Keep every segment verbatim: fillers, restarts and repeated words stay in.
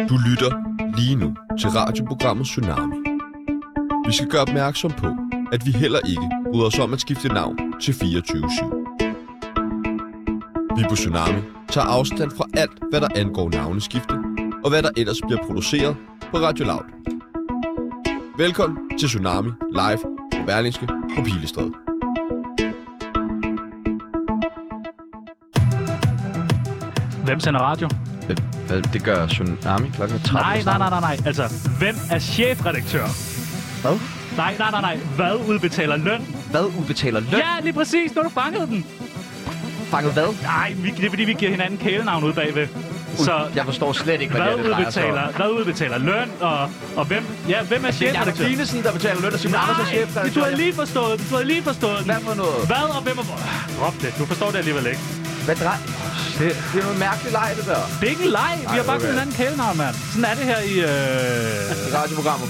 Du lytter lige nu til radioprogrammet Tsunami. Vi skal gøre opmærksom på, at vi heller ikke bryder os om at skifte navn til fireogtyve syv. Vi på Tsunami tager afstand fra alt, hvad der angår navneskifte, og hvad der ellers bliver produceret på Radio Loud. Velkommen til Tsunami live på Berlingske på Pilestræde. Hvem sender radio? Hvad, det gør Tsunami klokken tretten? Nej, nej, nej, nej, nej. Altså, hvem er chefredaktør? Hvad? Nej, nej, nej, nej. Hvad udbetaler løn? Hvad udbetaler løn? Ja, lige præcis. Nu har du fanget den. Fanget hvad? Nej, vi, det er fordi, vi giver hinanden kælenavn ud bagved. Så jeg forstår slet ikke, hvad, hvad det er, det udbetaler, hvad udbetaler løn, og, og hvem, ja, hvem er chefredaktør? Det er Finesen, der betaler løn, og Simon Andersen er chefredaktør. Du har lige forstået den. Du har lige forstået den. Hvad for noget? Hvad og hvem og hvor? Drop det. Du forstår det alligevel ikke. Hvad drej? Det, det er noget mærkeligt leg, det der. Det er ikke en leg. Vi har bare givet hinanden kælenavn, mand. Sådan er det her i... Øh... radioprogrammet.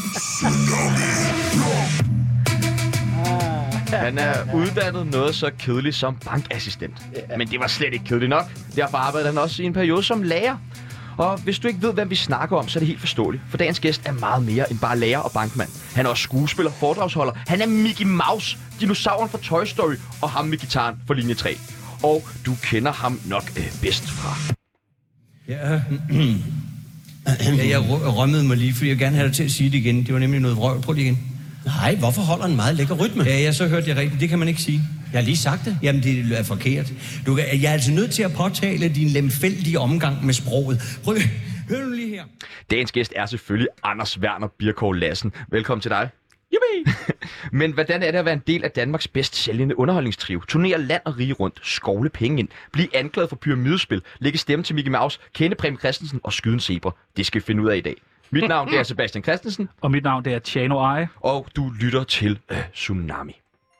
Han er uddannet noget så kedeligt som bankassistent. Yeah. Men det var slet ikke kedeligt nok. Derfor arbejdede han også i en periode som lærer. Og hvis du ikke ved, hvem vi snakker om, så er det helt forståeligt. For dagens gæst er meget mere end bare lærer og bankmand. Han er også skuespiller, foredragsholder. Han er Mickey Mouse, dinosauren fra Toy Story, og ham med gitaren for linje tre. Og du kender ham nok øh, bedst fra. Ja, ja jeg rømmede mig lige, fordi jeg gerne have dig til at sige det igen. Det var nemlig noget vrøvl. Prøv det igen. Nej, hvorfor holder en meget lækker rytme? Ja, jeg så hørte det rigtigt. Det kan man ikke sige. Jeg har lige sagt det. Jamen, det er forkert. Du kan, jeg er altså nødt til at påtale din lemfældige omgang med sproget. Prøv, hør nu lige her. Dagens gæst er selvfølgelig Anders Werner Birkov Lassen. Velkommen til dig. Yippie! Men hvordan er det at være en del af Danmarks bedst sælgende underholdningstrio? Turnere land og rige rundt, skovle penge ind, blive anklaget for pyramidespil, lægge stemme til Mickey Mouse, kende Preben Christensen og skyde en zebra. Det skal vi finde ud af i dag. Mit navn det er Sebastian Christensen. Og mit navn det er Tjano Eje. Og du lytter til øh, Tsunami.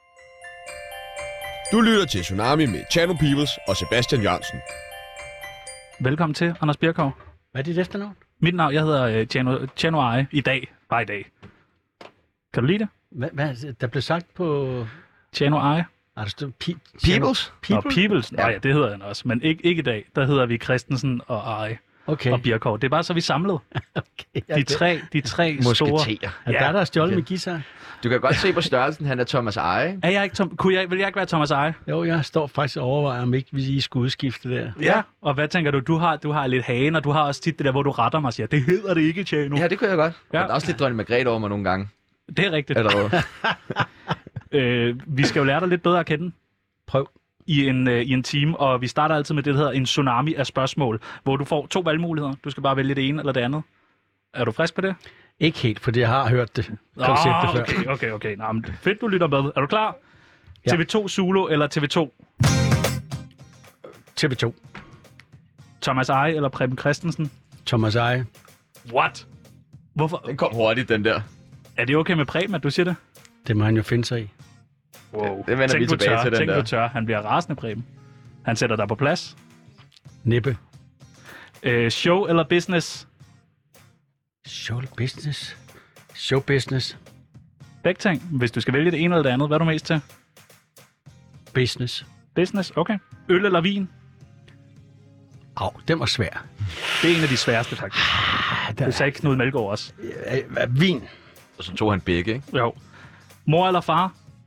Du lytter til Tsunami med Chano Peoples og Sebastian Jørgensen. Velkommen til, Anders Birkov. Hvad er dit efternavn? Mit navn, jeg hedder uh, Tjano, Tjano Eje. I dag. Bare i dag. Kan du lide det? Hvad, hvad der blev sagt på... Tjano Eje. Er der stået... Pe- Peoples? Nå, Peoples. Nå, ja, det hedder han også. Men ikke, ikke i dag. Der hedder vi Christensen og Eje. Okay. Og Birkov. Det er bare så, vi samlede. Okay, ja, de tre, de tre store... Musketerer. Er der, der er stjålet med guitar? Du kan godt se på størrelsen, han er Thomas Eje. Er jeg ikke Tom... Kunne jeg... Vil jeg ikke være Thomas Eje? Jo, jeg står faktisk og overvejer, om ikke vi lige skulle udskifte der. Ja. Og hvad tænker du? Du har, du har lidt hagen, og du har også tit det der, hvor du retter mig og siger, det hedder det ikke, Tjano. Ja, det kunne jeg godt. Ja. Der er også lidt Dronning Margrethe over mig nogle gange. Det er rigtigt. Eller øh, vi skal jo lære dig lidt bedre at kende. Prøv. I en, øh, i en time, og vi starter altid med det, der hedder en tsunami af spørgsmål, hvor du får to valgmuligheder. Du skal bare vælge det ene eller det andet. Er du frisk på det? Ikke helt, fordi jeg har hørt det konceptet oh, før. okay, okay, okay. Nå, men fedt, du lytter med. Er du klar? Ja. T V to Zulu eller T V to? T V to. Thomas Eje eller Preben Christensen? Thomas Eje. What? Hvorfor? Den kom hurtigt, den der. Er det okay med Preben, at du siger det? Det må han jo finde sig i. Wow. Det vender Tænk, vi tilbage tør. til, den Tænk, der. du tør. Han bliver rasende, Preben. Han sætter dig på plads. Nippe. Øh, show eller business? Show business. Show business. Begge ting. Hvis du skal vælge det ene eller det andet, hvad er du mest til? Business. Business, okay. Øl eller vin? Au, den var svær. Det er en af de sværeste, faktisk. Ah, der... Det sagde Knud Melgaard også. Øh, vin. Og så tog han begge, ikke? Jo. Mor eller far?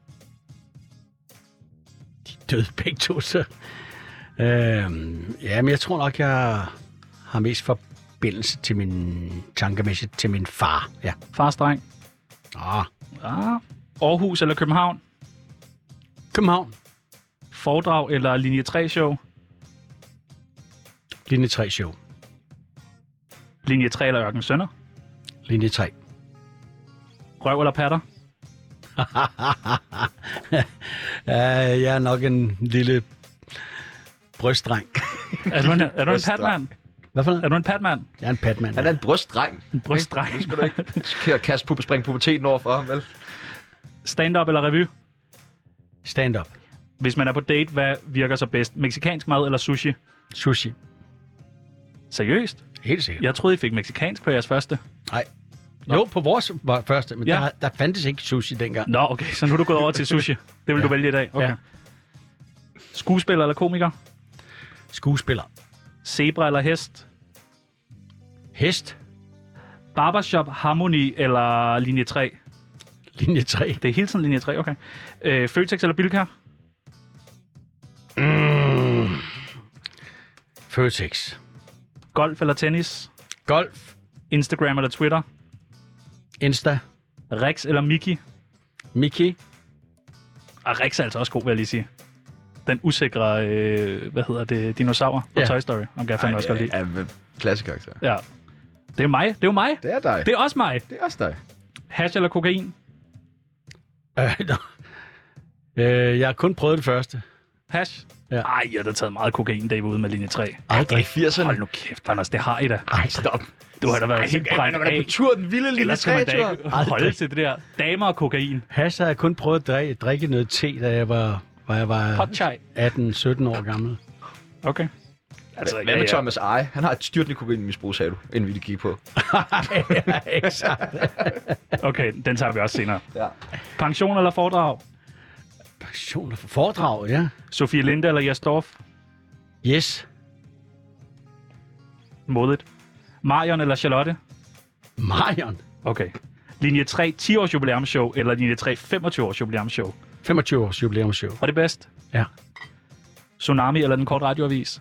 De døde begge to, så... Øhm, ja, men jeg tror nok, jeg har mest forbindelse til min tankemæssigt til min far. Ja. Fars dreng. Ah. Ah. Aarhus eller København? København. Foredrag eller linje tre show? Linje tre show. Linje tre eller Ørken Sønder? Linje tre. Røv eller patter? Ja, jeg er nok en lille brystdreng. Er du en, er du en patmand? Hvad for noget? Er du en patmand? Jeg er en patmand. Han er en brystdreng. En brystdreng. Nu skal du ikke kaste puppe, springe puberteten over for ham, vel? Stand-up eller revy? Stand-up. Hvis man er på date, hvad virker så bedst? Mexikansk mad eller sushi? Sushi. Seriøst? Helt sikkert. Jeg troede, I fik mexikansk på jeres første. Nej. Jo, på vores var første, men Ja. der, der fandtes ikke sushi dengang. Nå, okay. Så nu er du gået over til sushi. Det vil Ja. du vælge i dag? Okay. Ja. Skuespiller eller komiker? Skuespiller. Zebra eller hest? Hest. Barbershop, Harmony eller linje tre? Linje tre. Det er hele tiden linje tre, okay. Øh, Føtex eller Bilka? Mm. Føtex. Golf eller tennis? Golf. Instagram eller Twitter? Insta. Rex eller Mickey? Mickey. Og Rex er altså også god, vil jeg lige sige. Den usikre, øh, hvad hedder det, dinosaur på Ja. Toy Story. Om jeg fandme også godt lide. Ja, klassekarakter. Ja. Det er mig. Det er jo mig. Det er dig. Det er også mig. Det er også dig. Hash eller kokain? Øh, no. øh, jeg har kun prøvet det første. Hash? Ja. Ej, jeg har da taget meget kokain, da I var ude med linje tre. Aldrig. I firserne. Hold nu kæft, Anders, det har I da. Ej, stop. Du har da været helt brændt Når man er af. på tur, den vilde lille Ellers skal man da trætur. ikke holde til det der. Damer og kokain. Hash har jeg kun prøvet at drikke, drikke noget te, da jeg var, da jeg var Hot chai. atten sytten år gammel. Okay. Altså, Hvad med Thomas Eje? Han har et styrtende kokainmisbrug, sagde du, inden vi lige gik på. Ja, exakt. Okay, den tager vi også senere. Ja. Pension eller foredrag? Pensioner for foredrag, ja. Sofie Linde eller Jes Dorf? Yes. Modigt. Marion eller Charlotte? Marion. Okay. Linje tre ti års jubilæumsshow eller linje tre femogtyve års jubilæumsshow? femogtyve års jubilæumsshow. Var det bedst? Ja. Tsunami eller den korte radioavis?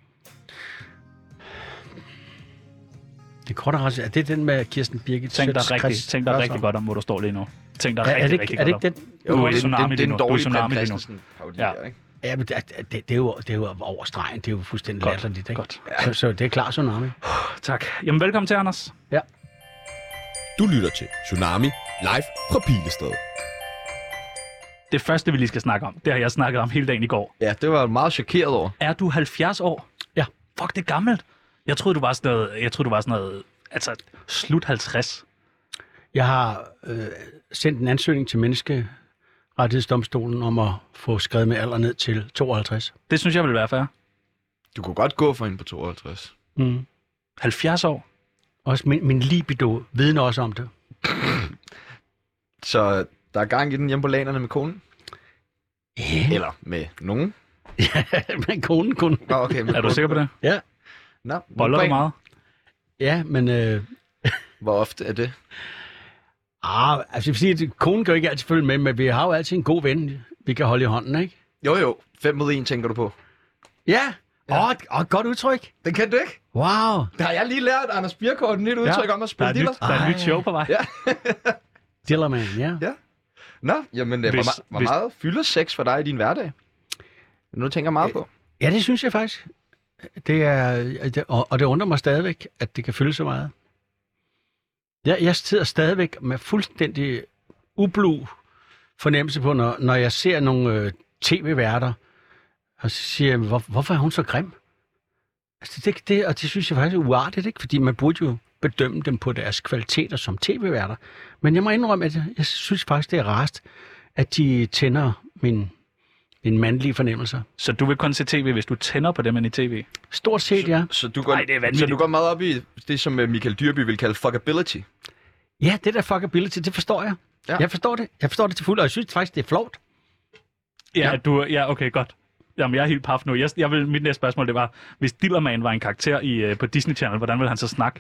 Det korte ret, er det den med Kirsten Birgit? Tænk dig Schøtz- rigtig, Chris- tænk dig Chris- rigtig godt om, hvor du står lige nu. Tænk dig Er, rigtig, er det, rigtig er det godt ikke den? om. Du er i det, Tsunami det, det lige er nu. en Du er i dårlig Tsunami Preben lige nu. Christensen parodi, Ja. ikke? Ja, men det, det, det, er jo, det er jo over stregen. Det er jo fuldstændig Godt. latterligt, ikke? Godt. Så, så det er klar Tsunami. Tak. Jamen, velkommen til, Anders. Ja. Du lytter til Tsunami live fra Pilestræde. Det første, vi lige skal snakke om, det har jeg snakket om hele dagen i går. Ja, det var jeg meget chokeret over. Er du halvfjerds år? Ja. Fuck, det er gammelt. Jeg troede, du var sådan noget, jeg troede, du var sådan noget, altså slut halvtreds. Jeg har øh, sendt en ansøgning til Menneskerettighedsdomstolen om at få skrevet med alder ned til tooghalvtreds. Det synes jeg vil være fair. Du kunne godt gå for hende på tooghalvtreds. Mm. halvfjerds år? Også min, min libido vidner også om det. Så der er gang i den hjemme på lanerne med konen? Ja, Eller med nogen? men konen kun. Nå, okay. Med Er du konen. sikker på det? Ja, Nå, Boller du bring- meget? ja, men... Øh, Hvor ofte er det? ah, altså, jeg vil sige, at konen kan jo ikke altid følge med, men vi har jo altid en god ven, vi kan holde i hånden, ikke? Jo, jo. Fem mod en, tænker du på. Ja, åh, ja. oh, oh, godt udtryk. Den kan du ikke? Wow. Der har jeg lige lært Anders Birkort et nyt udtryk Ja. om at Der er, spille et diller. nyt, der er et nyt show på vej. Ja. Dillerman, ja. Ja. Nå, jamen, hvis, Hvis- hvor, hvor hvis- meget fylder sex for dig i din hverdag? Nu tænker jeg meget på. Ja, det synes jeg faktisk. Det er, det, og, og det undrer mig stadigvæk, at det kan fylde så meget. Jeg, jeg sidder stadigvæk med fuldstændig ublu fornemmelse på, når, når jeg ser nogle øh, tv-værter, og så siger jeg, hvor, hvorfor er hun så grim? Altså, det, det, og det synes jeg faktisk er uartigt, ikke? Fordi man burde jo bedømme dem på deres kvaliteter som tv-værter. Men jeg må indrømme, at jeg, jeg synes faktisk, det er rarest, at de tænder min, min mandlige fornemmelser. Så du vil kun se tv, hvis du tænder på dem i tv? Stort set, ja. Så du går, Ej, det er så vanvittigt. du går meget op i det, som øh, Michael Dyrby vil kalde fuckability. Ja, det der fuckability, det forstår jeg. Ja. Ja. Jeg forstår det. Jeg forstår det til fuldt, og jeg synes faktisk, det er flovt. Ja, Ja. du, ja okay, godt. Jamen, jeg er helt paf nu. Jeg, jeg vil, mit næste spørgsmål, det var, hvis Dillerman var en karakter i, uh, på Disney Channel, hvordan ville han så snakke?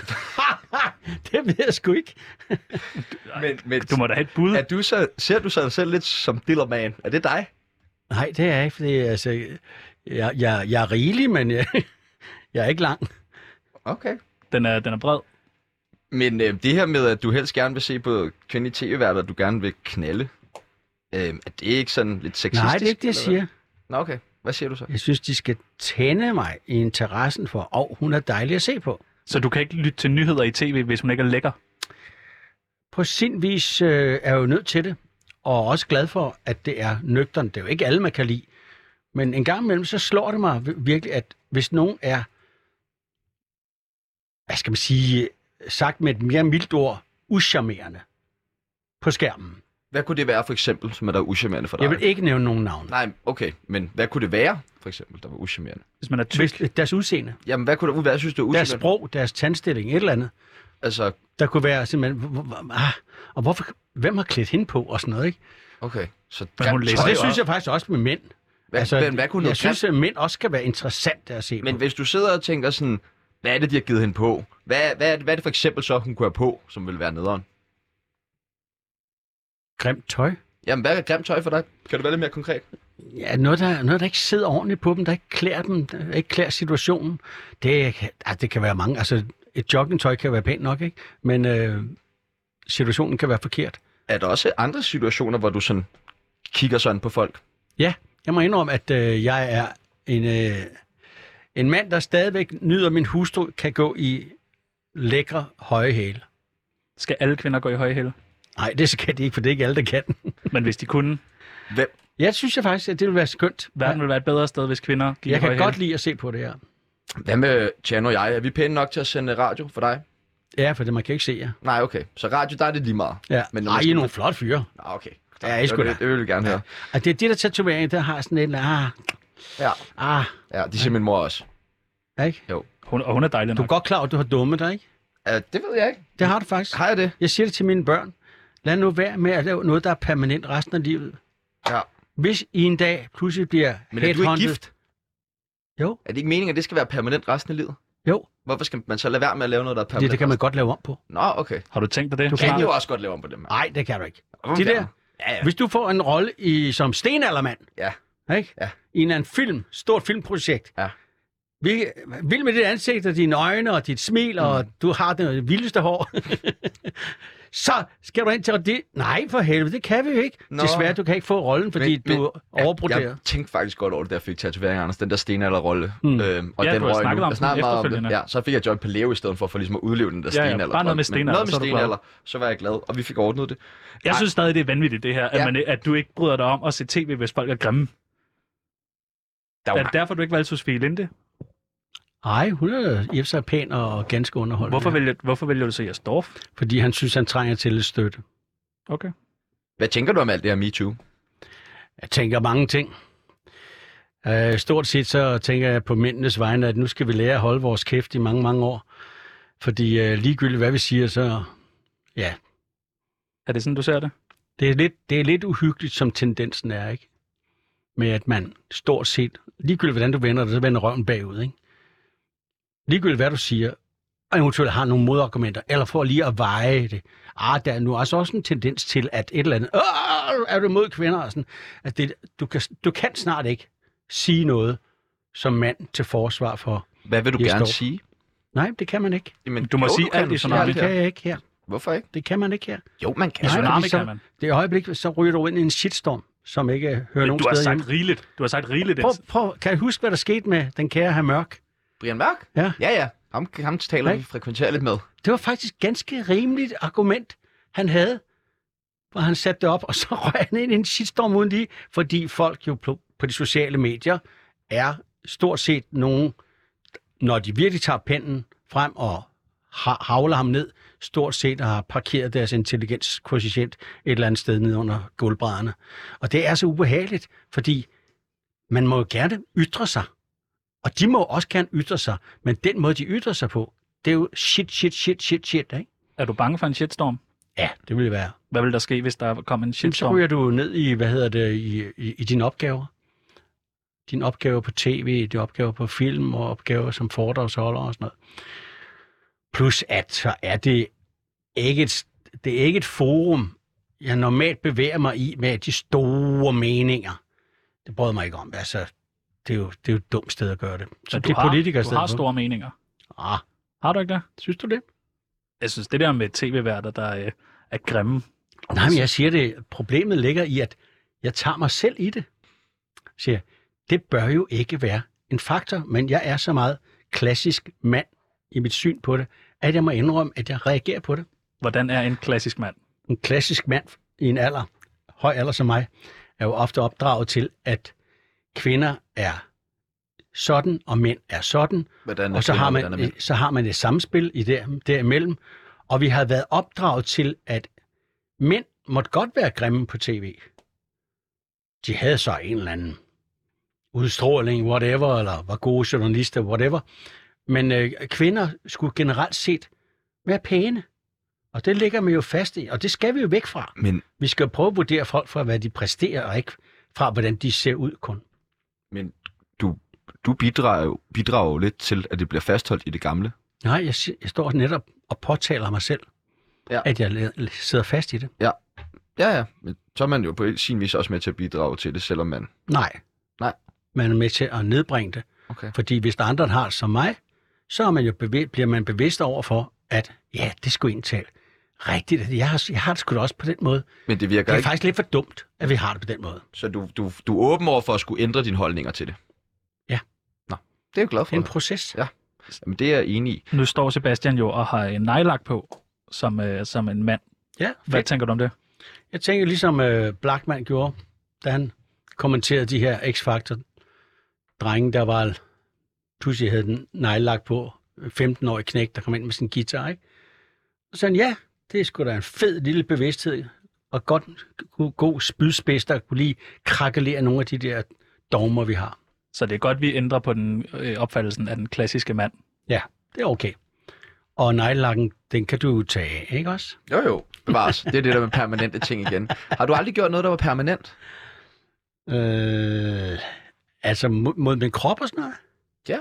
Det ved jeg sgu ikke. Men, men Du må da have et bud. er du så, ser du sig selv lidt som Dillerman? Er det dig? Nej, det er jeg ikke, fordi altså, jeg, jeg, jeg er rigelig, men jeg, jeg er ikke lang. Okay. Den er, den er bred. Men øh, det her med, at du helst gerne vil se på kvindelige tv-værter, du gerne vil knalde, øh, er det ikke sådan lidt sexistisk? Nej, det er ikke det, jeg eller hvad? siger. Nå, okay. Hvad siger du så? Jeg synes, de skal tænde mig i interessen for, åh, oh, hun er dejlig at se på. Så du kan ikke lytte til nyheder i tv, hvis hun ikke er lækker? På sin vis øh, er jeg jo nødt til det, og også glad for, at det er nøgtern. Det er jo ikke alle, man kan lide. Men en gang imellem, så slår det mig virkelig, at hvis nogen er, hvad skal man sige, sagt med et mere mildt ord, uscharmerende på skærmen. Hvad kunne det være for eksempel, som er der uschammerende for dig? Jeg vil ikke nævne nogen navn. Nej, okay. Men hvad kunne det være, for eksempel, der var uschammerende? Hvis man er tyk? Hvis, deres udseende, Jamen, hvad kunne der være, synes du er deres uschammerende? sprog, deres tandstilling, et eller andet. Altså, Der kunne være simpelthen, hvor- hvor- ah, og hvorfor, hvem har klædt hende på og sådan noget, ikke? okay. Så Men hun grimt læser tøj Og det og- synes jeg faktisk også med mænd. Hvad, altså, men, hvad kunne jeg noget synes, grimt- at mænd også skal være interessante at se Men på. hvis du sidder og tænker sådan, Hvad er det, de har givet hende på? Hvad, hvad, er det, hvad er det for eksempel så, hun kunne have på, som ville være nederen? Grimt tøj. Jamen, hvad er grimt tøj for dig? Kan du være lidt mere konkret? Ja, noget der, noget, der ikke sidder ordentligt på dem, der ikke klæder dem, der ikke klæder situationen. Det, altså, det kan være mange. Altså, et joggingtøj kan være pænt nok, ikke? Men øh, situationen kan være forkert. Er der også andre situationer, hvor du sådan kigger sådan på folk? Ja, jeg må indrømme, at øh, jeg er en, øh, en mand, der stadigvæk nyder, min hustru kan gå i lækre høje hæle. Skal alle kvinder gå i høje hæle? Nej, det skal de ikke, for det er ikke alle, der kan. Men hvis de kunne, Hvem? Jeg synes jeg faktisk, at det ville være skønt. verden ville være et bedre sted, hvis kvinder gik Jeg i høje kan hæle. godt lide at se på det her. Hvad med Tjano og jeg? Er vi pæne nok til at sende radio for dig? Ja, for det man kan ikke se jer. Nej, okay. Så radio, der er det lige meget. Ja. Men Men når Ej, man I skal- er nogle flotte fyre. Nå, okay. Ja, I sgu det, da. det, det vil vi gerne høre. Og det er de der tatoveringer, der har sådan en, ah, Ja. ah, Ja, det siger min mor også. ikke? Hun, og hun er dejlig Du er nok. godt klar over, at du har dumme dig, ikke? Ja, det ved jeg ikke. Det har du faktisk. Har jeg det? Jeg siger det til mine børn. Lad nu være med at lave noget, der er permanent resten af livet. Ja. Hvis I en dag pludselig bliver Men er du ikke headhunted- gift? Jo, Er det ikke meningen, at det skal være permanent resten af livet? jo. Hvorfor skal man så lade være med at lave noget, der er Det, permanent? det kan man godt lave om på. Nå, okay. Har du tænkt dig det? Du Kan kan jo også godt lave om på dem her. Nej, det kan du ikke. Okay. De der, Ja, ja. hvis du får en rolle i, som stenaldermand, Ja. ikke? Ja. I en anden film, stort filmprojekt. Ja. Vi, vil med dit ansigt og dine øjne og dit smil, mm. og du har det vildeste hår. Så skal du ind til det. Nej, for helvede, det kan vi jo ikke. Nå. Desværre, du kan ikke få rollen, fordi Men- du men- er overbroderet. Jeg tænkte faktisk godt over det, der fik tatovering, Anders. Den der stenalderrolle. Mm. Øhm, og Ja, den du har røg snakket nu. om Jeg snakkede den meget om det. efterfølgende. Ja, så fik jeg John Paleo i stedet for, for ligesom at udleve den der Ja, ja, stenalder. bare noget med Men stenalder, Noget med så er du glad. stenalder, så var jeg glad, og vi fik ordnet det. Jeg Ej. synes stadig, det er vanvittigt, det her, at, Ja. man, at du ikke bryder dig om at se tv, hvis folk er grimme. Der Er var, det derfor, du ikke valgte Sofie Linde? Nej, hun er i og for sig pæn og ganske underholdende. Hvorfor vælger, hvorfor vælger du så Jes Dorf? Fordi han synes, han trænger til lidt støtte. Okay. Hvad tænker du om alt det her MeToo? Jeg tænker mange ting. Uh, stort set så tænker jeg på mændenes vegne, at nu skal vi lære at holde vores kæft i mange, mange år. Fordi uh, ligegyldigt hvad vi siger, så ja, Er det sådan, du ser det? det er, lidt, det er lidt uhyggeligt, som tendensen er, ikke? Med at man stort set, ligegyldigt hvordan du vender det, så vender røven bagud, ikke? Ligegyldigt hvad du siger, og eventuelt har nogle modargumenter, eller for lige at veje det. Ah, der er nu altså også en tendens til, at et eller andet, Åh, er du imod kvinder? Og sådan, at det, du, kan, du kan snart ikke sige noget som mand til forsvar for. Hvad vil du Jes gerne Dorf. sige? Nej, det kan man ikke. Jamen, Du må sige kan alt du i sige Tsunami. Nej, det her. kan jeg ikke her. Hvorfor ikke? Det kan man ikke her. Jo, man kan. Nej, Tsunami fordi så- kan man. Det er øjeblik, så ryger du ind i en shitstorm, som ikke hører Men nogen du har steder sagt hjemme. rigeligt. Du har sagt rigeligt. Prøv, prøv, kan jeg huske, hvad der skete med den kære herr Mørk? Brian Mørk? Ja. Ja, ja. Ham, ham taler Nej. vi frekventerer lidt med. Det var faktisk ganske rimeligt argument, han havde, hvor han satte det op, og så røg han ind i en shitstorm uden lige, fordi folk jo på, på de sociale medier er stort set nogen, når de virkelig tager pennen frem og ha- havler ham ned, stort set har parkeret deres intelligenskvoticient et eller andet sted nede under gulvbrædderne. Og det er så ubehageligt, fordi man må jo gerne ytre sig. Og de må også gerne ytre sig, men den måde, de ytrer sig på, det er jo shit, shit, shit, shit, shit, ikke? Er du bange for en shitstorm? Ja, det vil være. Hvad vil der ske, hvis der kom en Jamen, så shitstorm? ryger du ned i, hvad hedder det, i, i, i dine opgaver. Dine opgaver på tv, dine opgaver på film og opgaver som foredragsholder og sådan noget. Plus at så er det ikke et, det er ikke et forum, jeg normalt bevæger mig i med de store meninger. Det bryder mig ikke om. Altså, det er jo, det er jo et dumt sted at gøre det. Så Men det du er har, politikere du har store meninger. Ah, Har du ikke det? synes du det? Jeg synes, det der med tv-værter, der øh, er grimme. Nej, men jeg siger det. Problemet ligger i, at jeg tager mig selv i det. Jeg siger, det bør jo ikke være en faktor, men jeg er så meget klassisk mand i mit syn på det, at jeg må indrømme, at jeg reagerer på det. Hvordan er en klassisk mand? En klassisk mand i en alder, høj alder som mig, er jo ofte opdraget til, at kvinder er sådan, og mænd er sådan, Hvordan er og så kvinder, har, hvordan er man, mænd? så har man et samspil i der, derimellem, og vi har været opdraget til, at mænd måtte godt være grimme på tv. De havde så en eller anden udstråling, whatever, eller var gode journalister, whatever. Men øh, kvinder skulle generelt set være pæne. Og det ligger man jo fast i, og det skal vi jo væk fra. Men, Vi skal prøve at vurdere folk fra, hvad de præsterer, og ikke fra, hvordan de ser ud kun. men du du bidrager, jo, bidrager jo lidt til, at det bliver fastholdt i det gamle. Nej, jeg, si- jeg står netop og påtaler mig selv, Ja. at jeg l- sidder fast i det. Ja, ja, men så er man jo på sin vis også med til at bidrage til det, selvom man... Nej. Nej. Man er med til at nedbringe det. Okay. Fordi hvis der andre har det som mig, så er man jo bevæ- bliver man bevidst over for, at ja, det skulle egentlig rigtigt. Jeg har, jeg har det sgu da også på den måde. Men det virker Det er ikke... faktisk lidt for dumt, at vi har det på den måde. Så du, du, du er åben over for at skulle ændre dine holdninger til det? Ja. Nå, det er jeg glad for. Det er en proces. Ja. Jamen, det er jeg enig i. Nu står Sebastian jo og har en nejlagt på, som, øh, som en mand. Ja, Hvad fedt. tænker du om det? Jeg tænker ligesom uh, Blackman gjorde, da han kommenterede de her X-Factor-drenge, der var pludselig havde den nejlagt på, femten-årig knæk, der kom ind med sin guitar, ikke? Og så ja, det er sgu da en fed lille bevidsthed, og godt, god, god spydspids, der kunne lige krakelere nogle af de der dogmer, vi har. Så det er godt, vi ændrer på den øh, opfattelsen af den klassiske mand. Ja, det er okay. Og nejlakken, den kan du tage af, ikke også? Jo, jo. Bevares. Det er det der med permanente ting igen. Har du aldrig gjort noget, der var permanent? Øh, altså mod, mod min krop og sådan noget? Ja.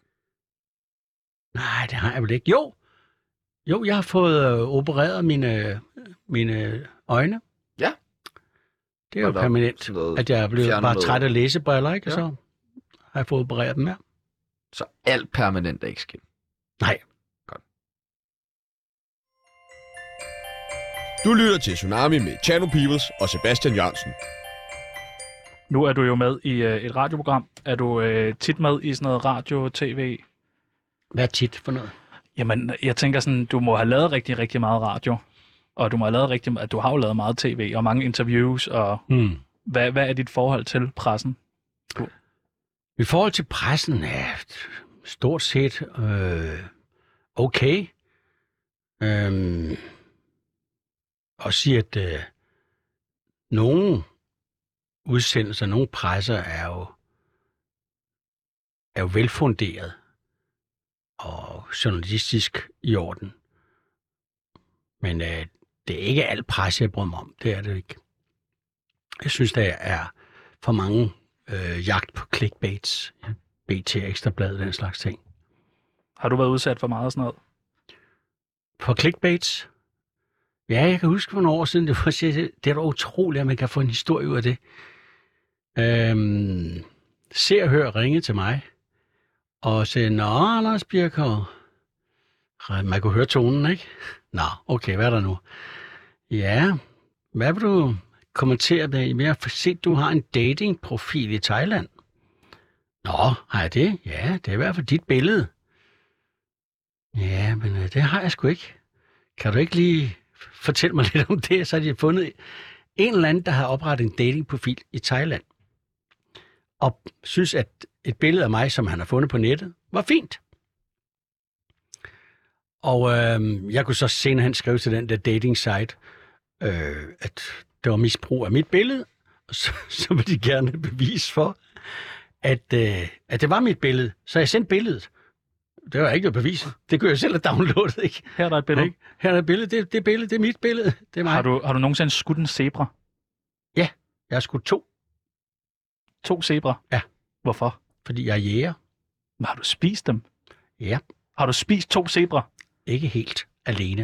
Nej, det har jeg vel ikke. Jo, jo jeg har fået øh, opereret mine, mine øjne. Ja. Det er jo Og der er permanent, sådan noget at jeg er blevet fjernet bare noget. træt af læsebriller, ikke? Og Ja. så har jeg fået opereret dem her. Så alt permanent er ikke skidt. Nej. Du lytter til Tsunami med Chano Peoples og Sebastian Jørgensen. Nu er du jo med i øh, et radioprogram. Er du øh, tit med i sådan noget radio, tv? Hvad er tit for noget? Jamen, jeg tænker sådan, du må have lavet rigtig, rigtig meget radio. Og du må have lavet rigtig, at du har jo lavet meget tv og mange interviews. Og Hmm. hvad, hvad er dit forhold til pressen? I forhold til pressen er stort set øh, okay. Øhm, og sige, at øh, nogle udsendelser, nogle presser er jo, er jo velfunderet og journalistisk i orden. Men øh, det er ikke alt presse, jeg bryder mig om. Det er det ikke. Jeg synes, der er for mange øh, jagt på clickbaits, B T, Ekstrabladet, den slags ting. Har du været udsat for meget af sådan noget? For clickbaits? Ja, jeg kan huske for nogle år siden, det var, det er da utroligt, at man kan få en historie ud af det. Øhm, Se og Hør ringe til mig, og sagde, nå, Lars Birkov. Man kunne høre tonen, ikke? Nå, okay, hvad er der nu? Ja, hvad vil du kommentere med? Jeg har set, du har en datingprofil i Thailand. Nå, har jeg det? Ja, det er i hvert fald dit billede. Ja, men det har jeg sgu ikke. Kan du ikke lige fortælle mig lidt om det? Så har de fundet en eller anden, der har oprettet en datingprofil i Thailand. Og synes, at et billede af mig, som han har fundet på nettet, var fint. Og øh, jeg kunne så senere hen skrive til den der dating site, øh, at det var misbrug af mit billede. Og så, så vil de gerne have bevis for, at, øh, at det var mit billede. Så jeg sendte billedet. Det var ikke noget bevis. Det kunne jeg selv have downloadet, ikke? Her er der et billede. Ikke? Her er et billede. Det, det billede, det er mit billede. Det er mig. Har du, har du nogensinde skudt en zebra? Jeg har skudt to, To zebra? Ja. Hvorfor? fordi jeg er jæger. Men har du spist dem? Ja, Har du spist to zebra? ikke helt alene.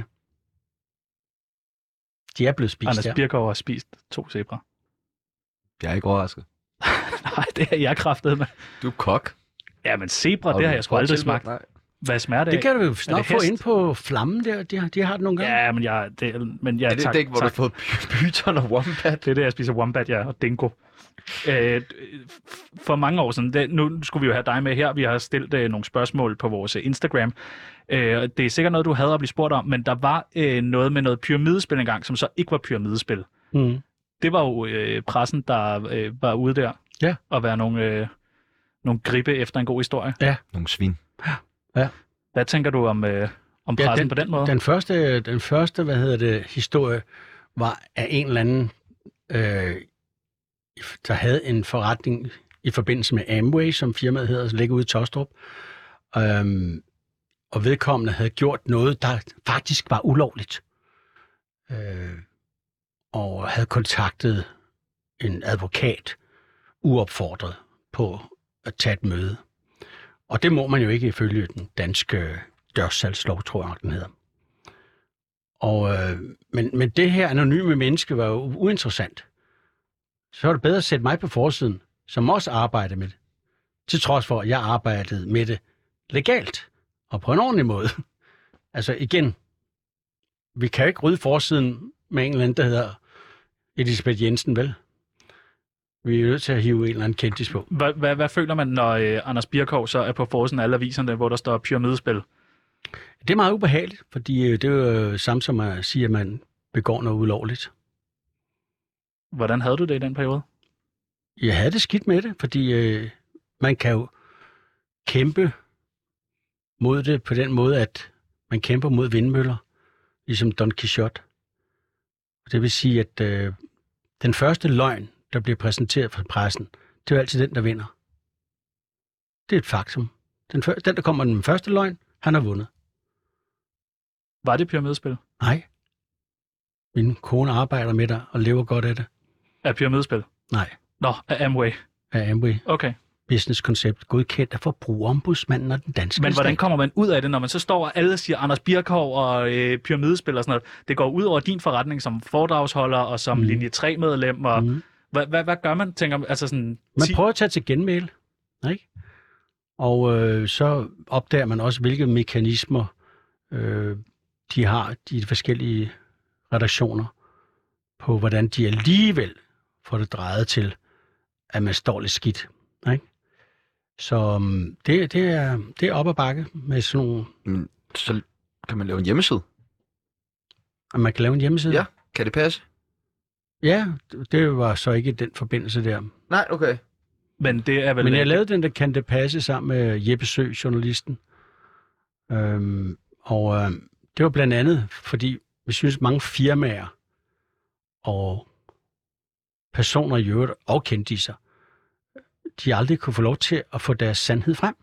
De er blevet spist, Anders ja. Birkov har spist to zebra. Jeg er ikke overrasket. Nej, det er jeg kraftet med. Du er kok. Ja, men zebra, det har jeg sgu aldrig smagt. Nej. Hvad smager det Det af? kan du jo Er snart det få hest? ind på flammen der. De har, de har det nogle gange. Ja, men jeg... Det, men jeg Er det tak, det ikke, hvor tak. du har fået py- python og wombat? Det er det, jeg spiser wombat, ja, og dingo. Øh, f- for mange år siden, det, nu skulle vi jo have dig med her, vi har stillet øh, nogle spørgsmål på vores øh, Instagram. Øh, det er sikkert noget, du havde at blive spurgt om, men der var øh, noget med noget pyramidespil engang, som så ikke var pyramidespil. Mm. Det var jo øh, pressen, der øh, var ude der, Ja. og være nogle, øh, nogle gribe efter en god historie. Nogle svin. Hvad tænker du om, øh, om Ja, pressen den, på den måde? Den første, den første, hvad hedder det, historie, var af en eller anden, øh, der havde en forretning i forbindelse med Amway, som firmaet hedder, som ligger ude i Tostrup. Øhm, og vedkommende havde gjort noget, der faktisk var ulovligt. Øh, og havde kontaktet en advokat uopfordret på at tage et møde. Og det må man jo ikke ifølge den danske dørsalgslov, tror jeg nok, den hedder. Og, øh, men, men det her anonyme menneske var jo uinteressant. Så var det bedre at sætte mig på forsiden, som også arbejdede med det. Til trods for, at jeg arbejdede med det legalt og på en ordentlig måde. Altså igen, vi kan jo ikke rydde forsiden med en eller anden, der hedder Elisabeth Jensen, vel? Vi er nødt til at hive en eller anden kendtis på. Hvad, hvad, hvad føler man, når øh, Anders Birkov så er på forsiden af alle aviserne, hvor der står pyramidespil? Det er meget ubehageligt, fordi det er jo samme som at sige, at man begår noget ulovligt. Hvordan havde du det i den periode? Jeg havde det skidt med det, fordi øh, man kan jo kæmpe mod det på den måde, at man kæmper mod vindmøller, ligesom Don Quixote. Det vil sige, at øh, den første løgn, der bliver præsenteret for pressen, det er jo altid den, der vinder. Det er et faktum. Den, før, den der kommer med den første løgn, han har vundet. Var det pyramidespil? Nej. Min kone arbejder med det og lever godt af det. Af pyramidespil? Nej. Nå, af Amway? Af Amway. Okay. Business-koncept, godkendt af Forbrugerombudsmanden og den danske Men hvordan stat. kommer man ud af det, når man så står og alle siger Anders Birkov og øh, pyramidespil og sådan noget? Det går ud over din forretning som foredragsholder og som mm. linje tre-medlem. Og mm. hvad, hvad, hvad gør man? Tænker, altså sådan, man ti... prøver at tage til genmæle, ikke? Og øh, så opdager man også, hvilke mekanismer øh, de har, de forskellige redaktioner, på hvordan de alligevel får det drejet til, at man står lidt skidt, ikke? Så um, det, det, er, det er op ad bakke med sådan nogle... Men så kan man lave en hjemmeside? At man kan lave en hjemmeside? Ja, kan det passe? Ja, det var så ikke den forbindelse der. Nej, okay. Men det er vel... Men jeg lavede den, der kan det passe sammen med Jeppe Sø, journalisten. Øhm, og øh, det var blandt andet, fordi vi synes, mange firmaer og personer i øvrigt og kendiser, de aldrig kunne få lov til at få deres sandhed frem.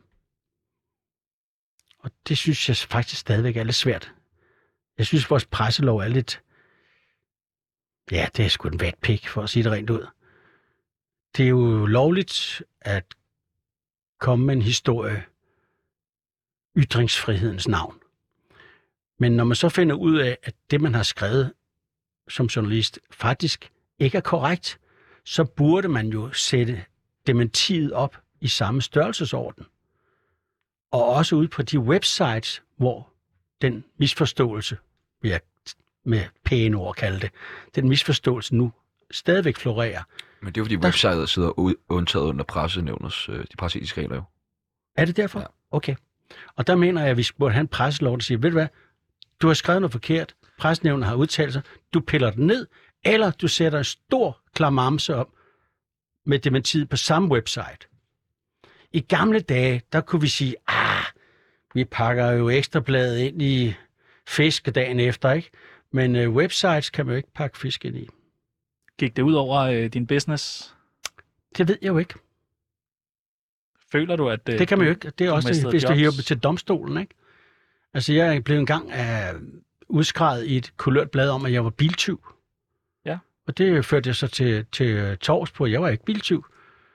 Og det synes jeg faktisk stadigvæk er lidt svært. Jeg synes, vores presselov er lidt... Ja, det er sgu en vatpik, for at sige det rent ud. Det er jo lovligt at komme med en historie ytringsfrihedens navn. Men når man så finder ud af, at det, man har skrevet som journalist, faktisk ikke er korrekt, så burde man jo sætte dementiet op i samme størrelsesorden. Og også ud på de websites, hvor den misforståelse, vil jeg med pæne ord kalde det, den misforståelse nu stadigvæk florerer. Men det er jo fordi der... websitet sidder undtaget under pressenævnets, øh, de presseetiske regler jo. Er det derfor? Ja. Okay. Og der mener jeg, at vi burde have en presselov, der siger, ved du hvad, du har skrevet noget forkert, pressenævnet har udtalt sig, du piller den ned, eller du sætter en stor klamamse op med dementiet på samme website. I gamle dage, der kunne vi sige, ah, vi pakker jo Ekstrabladet ind i fisk dagen efter, ikke? Men øh, websites kan man jo ikke pakke fisk ind i. Gik det ud over øh, din business? Det ved jeg jo ikke. Føler du, at... Øh, det kan man jo du, ikke. Det er også, hvis du hiver til domstolen, ikke? Altså, jeg blev engang uh, udskrevet i et kulørt blad om, at jeg var biltyv. Ja. Og det førte jeg så til, til tors på, at jeg var ikke biltyv.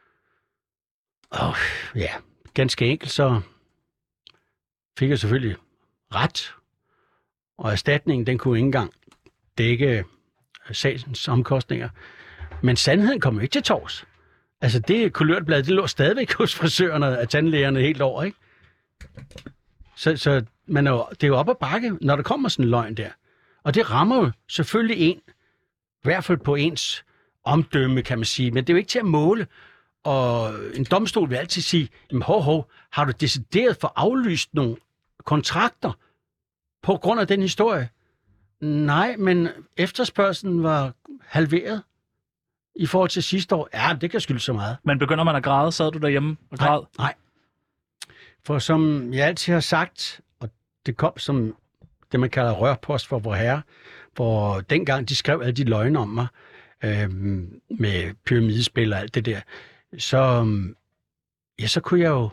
Og ja, ganske enkelt, så fik jeg selvfølgelig ret. Og erstatningen, den kunne ikke engang dække sagens omkostninger. Men sandheden kom jo ikke til tors. Altså, det kulørt blad, det lå stadigvæk hos frisørerne og tandlægerne helt over, ikke? Så, så man er jo, det er jo op ad bakke, når der kommer sådan en løgn der. Og det rammer jo selvfølgelig en, i hvert fald på ens omdømme, kan man sige. Men det er jo ikke til at måle. Og en domstol vil altid sige, jamen hov, hov, har du decideret for aflyst nogle kontrakter på grund af den historie? Nej, men efterspørgselen var halveret i forhold til sidste år. Ja, det kan skylde så meget. Men begynder man at græde? Sad du derhjemme og græd? Nej, nej. For som jeg altid har sagt, og det kom som det, man kalder rørpost for vor herre, hvor dengang de skrev alle de løgne om mig, øh, med pyramidespil og alt det der, så, ja, så kunne jeg jo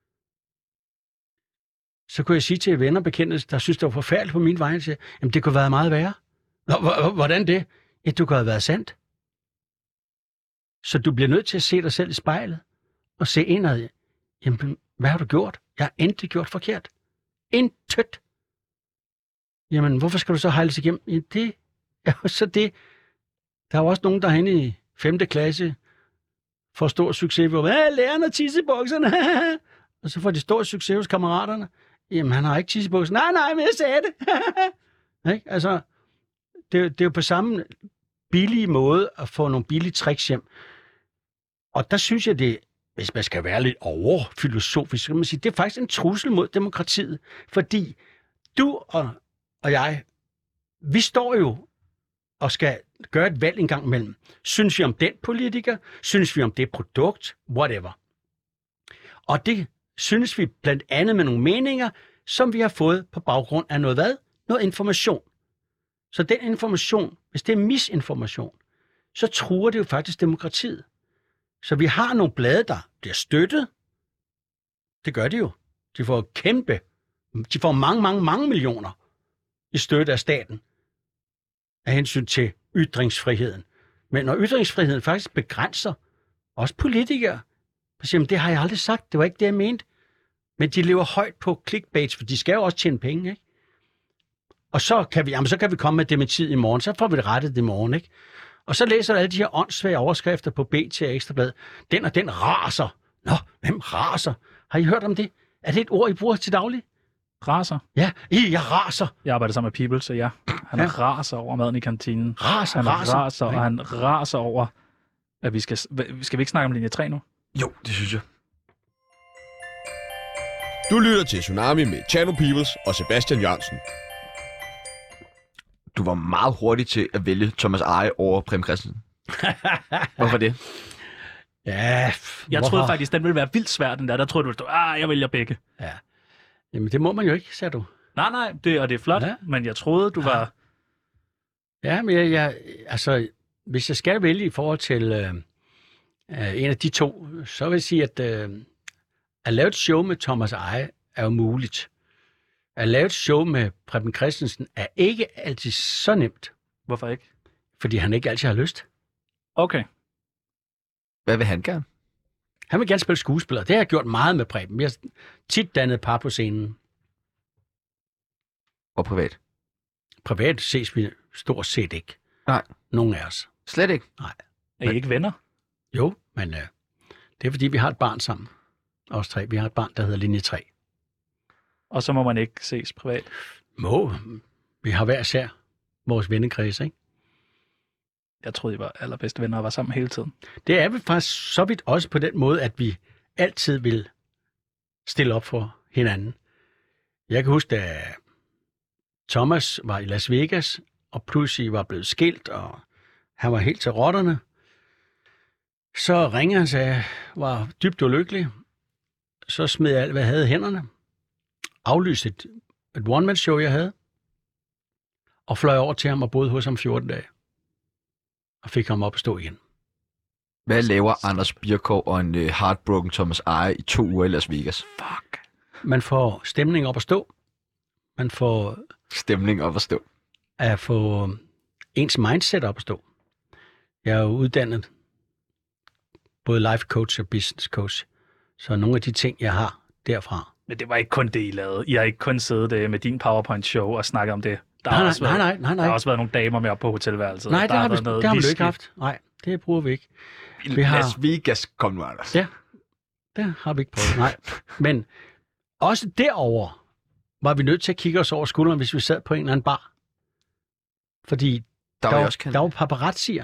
så kunne jeg sige til venner og bekendte, der synes, det var forfærdeligt på min vej, at jamen, det kunne have været meget værre. Nå, hvordan det? Ja, du kunne have været sandt. Så du bliver nødt til at se dig selv i spejlet og se indad. Jamen, Hvad har du gjort? Jeg har intet gjort forkert. Intet. Jamen, hvorfor skal du så hejles igennem? Ja, det er jo så det. Der er jo også nogen, der er henne i femte klasse, får stor succes, hvor lærerne har tisse i bukserne. Og så får de stor succes hos kammeraterne. Jamen, han har ikke tisse i bukserne. Nej, nej, men jeg sagde det. Ikke? Altså, det, det er jo på samme billige måde at få nogle billige tricks hjem. Og der synes jeg, det, hvis man skal være lidt overfilosofisk, så kan man sige, det er faktisk en trussel mod demokratiet. Fordi du og, og jeg, vi står jo og skal gøre et valg en gang imellem. Synes vi om den politiker? Synes vi om det produkt? Whatever. Og det synes vi blandt andet med nogle meninger, som vi har fået på baggrund af noget hvad? Noget information. Så den information, hvis det er misinformation, så truer det jo faktisk demokratiet. Så vi har nogle blade, der bliver støttet. Det gør de jo. De får kæmpe, de får mange, mange, mange millioner i støtte af staten af hensyn til ytringsfriheden. Men når ytringsfriheden faktisk begrænser også politikere, så siger man, det har jeg aldrig sagt, det var ikke det, jeg mente. Men de lever højt på clickbaits, for de skal jo også tjene penge, ikke? Og så kan vi, jamen, så kan vi komme med dementiet i morgen, så får vi det rettet i morgen, ikke? Og så læser du alle de her åndssvage overskrifter på B T og Ekstrablad. Den og den raser. Nå, hvem raser? Har I hørt om det? Er det et ord, I bruger til daglig? Raser? Ja, I, jeg raser. Jeg arbejder sammen med People, så ja. Han ja. raser over maden i kantinen. Raser, han raser. raser, og han raser over, at vi skal... Skal vi ikke snakke om linje tre nu? Jo, det synes jeg. Du lytter til Tsunami med Chano Peoples og Sebastian Jørgensen. Du var meget hurtig til at vælge Thomas Eje over Preben Christensen. Hvorfor det? Ja, f- Jeg troede faktisk, den ville være vildt svær, den der. Der troede du, ah, jeg vælger begge. Ja. Jamen, det må man jo ikke, sagde du. Nej, nej, det, og det er flot, ja. Men jeg troede, du ja. var... Ja, men jeg, jeg, altså, hvis jeg skal vælge i forhold til øh, øh, en af de to, så vil jeg sige, at øh, at lave et show med Thomas Eje er jo muligt. At lave et show med Preben Christensen er ikke altid så nemt. Hvorfor ikke? Fordi han ikke altid har lyst. Okay. Hvad vil han gerne? Han vil gerne spille skuespiller. Det har jeg gjort meget med Preben. Vi har tit dannet par på scenen. Og privat? Privat ses vi stort set ikke. Nej. Nogen af os. Slet ikke? Nej. Er I ikke venner? Jo, men øh, det er fordi, vi har et barn sammen. Os tre. Vi har et barn, der hedder linje tre. Og så må man ikke ses privat? Må. Vi har hver sær vores vennekreds, ikke? Jeg troede, I var allerbedste venner og var sammen hele tiden. Det er vi faktisk så vidt også på den måde, at vi altid vil stille op for hinanden. Jeg kan huske, da Thomas var i Las Vegas, og pludselig var blevet skilt, og han var helt til rotterne. Så ringede han, sagde, var dybt ulykkelig. Så smed jeg alt, hvad jeg havde i hænderne. Aflyste et, et one-man-show, jeg havde. Og fløj over til ham og boede hos ham fjorten dage. Og fik ham op at stå igen. Hvad laver Anders Birkov og en uh, heartbroken Thomas Eje i to uger i Las Vegas? Fuck. Man får stemning op at stå. Man får... Stemning op at stå. At få ens mindset op at stå. Jeg er jo uddannet både life coach og business coach. Så nogle af de ting, jeg har derfra. Men det var ikke kun det, I lavede. I har ikke kun siddet med din PowerPoint-show og snakket om det. Der nej, har nej, også været, nej, nej, nej. Der har også været nogle damer med op på hotelværelset. Nej, der det har, har vi, været noget det har vi whisky. ikke haft. Nej, det bruger vi ikke. Vi har... Las Vegas, kom nu, Anders. Ja, det har vi ikke prøvet. Nej, men også derover var vi nødt til at kigge os over skulderen, hvis vi sad på en eller anden bar. Fordi der der, var, var, der var paparazzier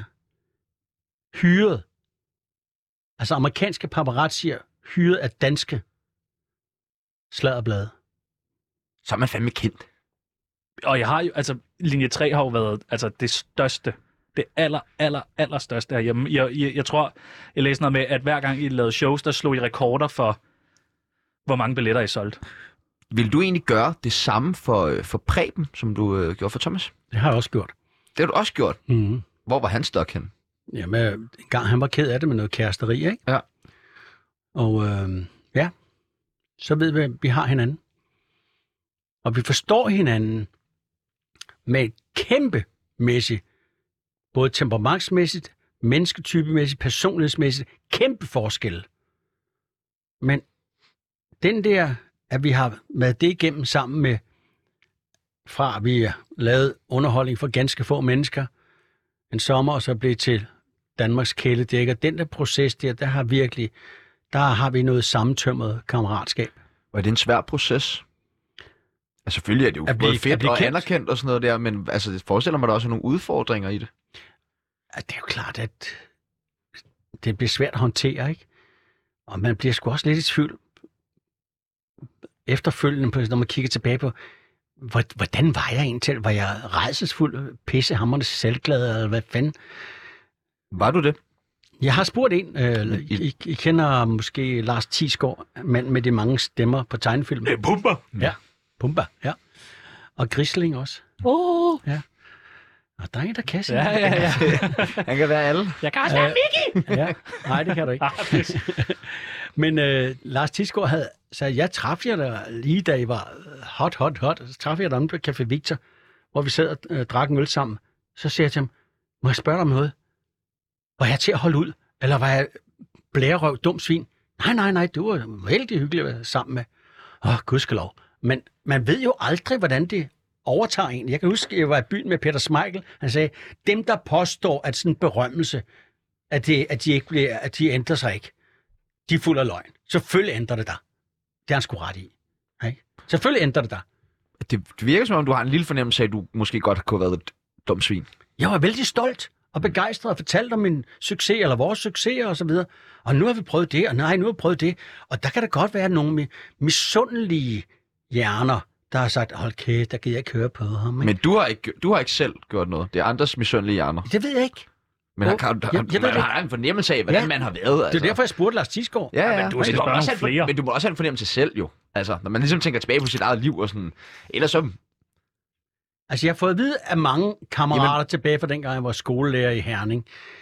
hyret. Altså amerikanske paparazzier hyret af danske sladderblade. Så er man fandme kendt. Og jeg har jo, altså, linje tre har jo været altså, det største, det aller, aller, aller største herhjemme. Jeg, jeg, jeg tror, jeg læste noget med, at hver gang I lavede shows, der slog I rekorder for, hvor mange billetter I solgte. Vil du egentlig gøre det samme for, for Preben, som du øh, gjorde for Thomas? Det har jeg også gjort. Det har du også gjort? Mm-hmm. Hvor var han stok hen? Jamen, en gang han var ked af det med noget kæresteri, ikke? Ja. Og øh, ja, så ved vi, at vi har hinanden. Og vi forstår hinanden med et kæmpemæssigt, både temperamentsmæssigt, mennesketypemæssigt, personlighedsmæssigt, kæmpe forskel. Men den der, at vi har været det igennem sammen med, fra vi har lavet underholdning for ganske få mennesker, en sommer, og så blev til Danmarks kæledækker. Den der proces der, der har virkelig, der har vi noget sammentømret kammeratskab. Og er det en svær proces? Altså selvfølgelig er det jo at blive, både fedt og kendt. anerkendt og sådan noget der, men altså, det forestiller mig, der også er nogle udfordringer i det. Ja, det er jo klart, at det bliver svært at håndtere, ikke? Og man bliver sgu også lidt i tvivl efterfølgende, på, når man kigger tilbage på, hvordan var jeg egentlig? Var jeg rædselsfuld, pissehamrende selvglad, eller hvad fanden? Var du det? Jeg har spurgt en, øh, I, I kender måske Lars Thiesgaard, mand med de mange stemmer på tegnefilm. Det er Pumba. Ja, Pumba, ja. Og Grisling også. Åh. Oh. Ja. Og der er en, der kan sige. Ja, ja, ja. Han kan være alle. Jeg kan også være Mickey. Ja, nej, det kan du ikke. Men øh, Lars Thiesgaard havde sagt, jeg traf jer der lige da I var hot, hot, hot. Så traf jeg dem på Café Victor, hvor vi sad og øh, drak en øl sammen. Så siger jeg til ham, må jeg spørge dig om noget? Var jeg til at holde ud? Eller var jeg blærerøv, dum svin? Nej, nej, nej, du var vældig hyggelig at være sammen med. Åh, gudskelov. Men man ved jo aldrig, hvordan det overtager en. Jeg kan huske, at jeg var i byen med Peter Smeichel. Han sagde, dem der påstår, at sådan en berømmelse, at, det, at, de ikke bliver, at de ændrer sig ikke, de er fuld af løgn. Selvfølgelig ændrer det dig. Det er han sgu ret i. Ikke? Selvfølgelig ændrer det dig. Det, det virker som om, du har en lille fornemmelse af, at du måske godt kunne have været et dumt svin. Jeg var vældig stolt og begejstret og fortalt om min succes, eller vores succeser og så videre. Og nu har vi prøvet det, og nej, nu har vi prøvet det. Og der kan det godt være nogle misundelige hjerner, der har sagt, hold kæft, der kan jeg ikke høre på ham. Ikke? Men du har, ikke, du har ikke selv gjort noget. Det er andres misundelige hjerner. Det ved jeg ikke. Men Oh, kan, jeg- jeg, jeg man ved har en fornemmelse af, hvordan Ja. man har været. Altså. Det er derfor, jeg spurgte Lars Thiesgaard. Ja, ja. men du skal må spørge også nogle have en- flere. Men du må også have en fornemmelse selv, jo. Altså, når man ligesom tænker tilbage på sit eget liv og sådan. Ellers så... Altså, jeg har fået at vide af mange kammerater Jamen. tilbage fra dengang, jeg var skolelærer i Herning.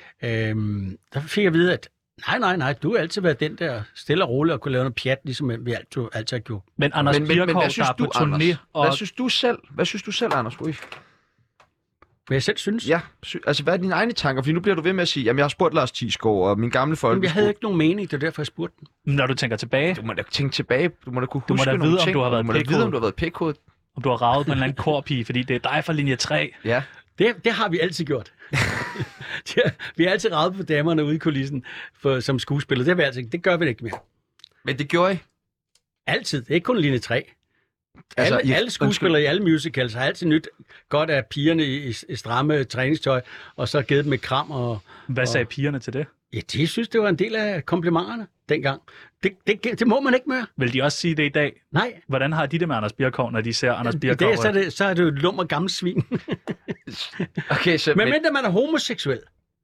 Øhm, der fik jeg at vide, at nej, nej, nej, du har altid været den der stille og rolig og kunne lave noget pjat, ligesom vi altid, altid har gjort. Men Anders Men, men, men Birkov, hvad synes der er du, på turné, Anders? og Hvad synes du selv? Hvad synes du selv, Anders? Ui. Hvad jeg selv synes. Ja, sy- altså hvad er dine egne tanker? Fordi nu bliver du ved med at sige, jamen jeg har spurgt Lars Thiesgaard og min gamle folk. Jamen, jeg havde ikke nogen mening, det er derfor, jeg spurgte den. når du tænker tilbage, Du må da tænke tilbage. Du må da kunne Du må huske da nogle vide, om ting. du har været du må da pikhoved. vide, om du har været pikhoved. om du har ravet på en eller anden korpige, fordi det er dig fra linje tre. Ja. Det, det har vi altid gjort. Det har- vi har altid ravet på damerne ude i kulissen for, som skuespiller. Det, har vi altid, det gør vi ikke mere. Men det gjorde I. Altid. Det er ikke kun linje tre. Altså, alle, I- alle skuespillere i alle musicals har altid nyt godt af pigerne i, i stramme træningstøj, og så givet dem et kram. Og, Hvad sagde pigerne til det? ja, de synes, det var en del af komplimenterne dengang. Det, det, det må man ikke mere. Vil de også sige det i dag? Nej. Hvordan har de det med Anders Birkov, når de ser Anders I Birkov? dag så er det, så er det jo et lummer gammel svin. Okay, så... Men mindre man er homoseksuel,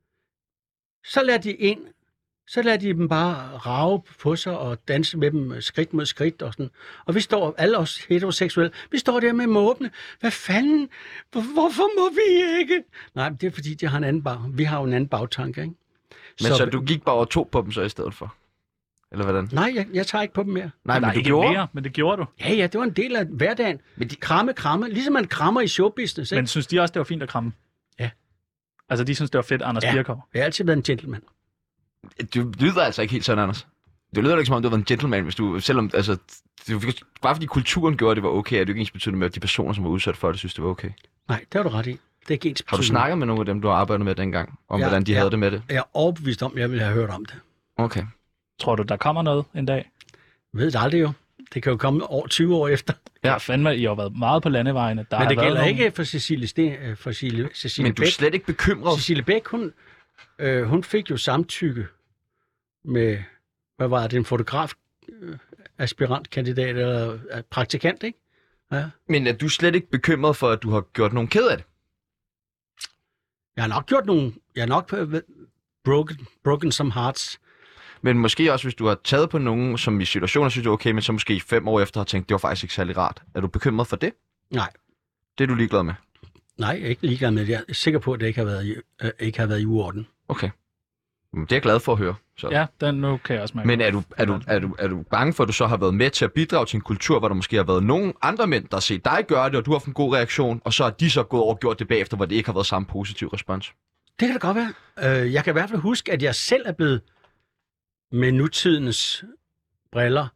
så lader de en, så lader de dem bare rave på sig og danse med dem skridt mod skridt og sådan. Og vi står, alle os heteroseksuelle, vi står der med måbne. Hvad fanden? Hvor, hvorfor må vi ikke? Nej, men det er fordi, de har en anden bag. Vi har jo en anden bagtanke, ikke? Men så, så du gik bare over to på dem så i stedet for? Eller hvordan? Nej, jeg, jeg tager ikke på dem mere. Nej, Nej, men du ikke gjorde. mere, men det gjorde du. Ja, ja, det var en del af hverdagen. Men de- Kramme, kramme. Ligesom man krammer i showbusiness, ikke? Men synes de også, det var fint at kramme? Ja. Altså, de synes, det var fedt, Anders Ja. Birkov. Jeg har altid været en gentleman. Du lyder altså ikke helt sådan, Anders. Det lyder ikke som om, du var en gentleman, hvis du... Selvom, altså... Det, bare fordi kulturen gjorde, at det var okay, er det jo ikke ens betydende med, at de personer, som var udsat for det, synes, det var okay. Nej, det har du ret i. Det er ikke ens Har du betydning. snakket med nogle af dem, du har arbejdet med dengang? Om Ja, hvordan de ja. havde det med det? Jeg er overbevist om, at jeg ville have hørt om det. Okay. Tror du, der kommer noget en dag? Jeg ved det aldrig jo. Det kan jo komme over tyve år efter. Ja, fandme, I har været meget på landevejene. Der Men har det været gælder nogle... ikke for Cecilie, Sten, øh, for Cecilie, Cecilie Men du er Bæk. slet ikke bekymret? Cecilie Bæk, hun, øh, hun fik jo samtykke med, hvad var det, en fotograf, øh, aspirantkandidat eller øh, praktikant, ikke? Ja. Men er du slet ikke bekymret for, at du har gjort nogen ked af det? Jeg har nok gjort nogle, jeg har nok øh, broken, broken some hearts. Men måske også, hvis du har taget på nogen, som i situationer synes, det er okay, men så måske fem år efter har tænkt, det var faktisk ikke særlig rart. Er du bekymret for det? Nej, Det er du ligeglad med? nej, jeg er ikke ligeglad med det. Jeg er sikker på, at det ikke har været i, øh, ikke har været i uorden. Okay. Men det er jeg glad for at høre. Så. Ja, den nu kan jeg også mærke. Men er du, er, du, er, du, er du bange for, at du så har været med til at bidrage til en kultur, hvor der måske har været nogle andre mænd, der har set dig gøre det, og du har haft en god reaktion, og så har de så gået over og gjort det bagefter, hvor det ikke har været samme positiv respons? Det kan da godt være. Øh, jeg kan i hvert fald huske, at jeg selv er blevet med nutidens briller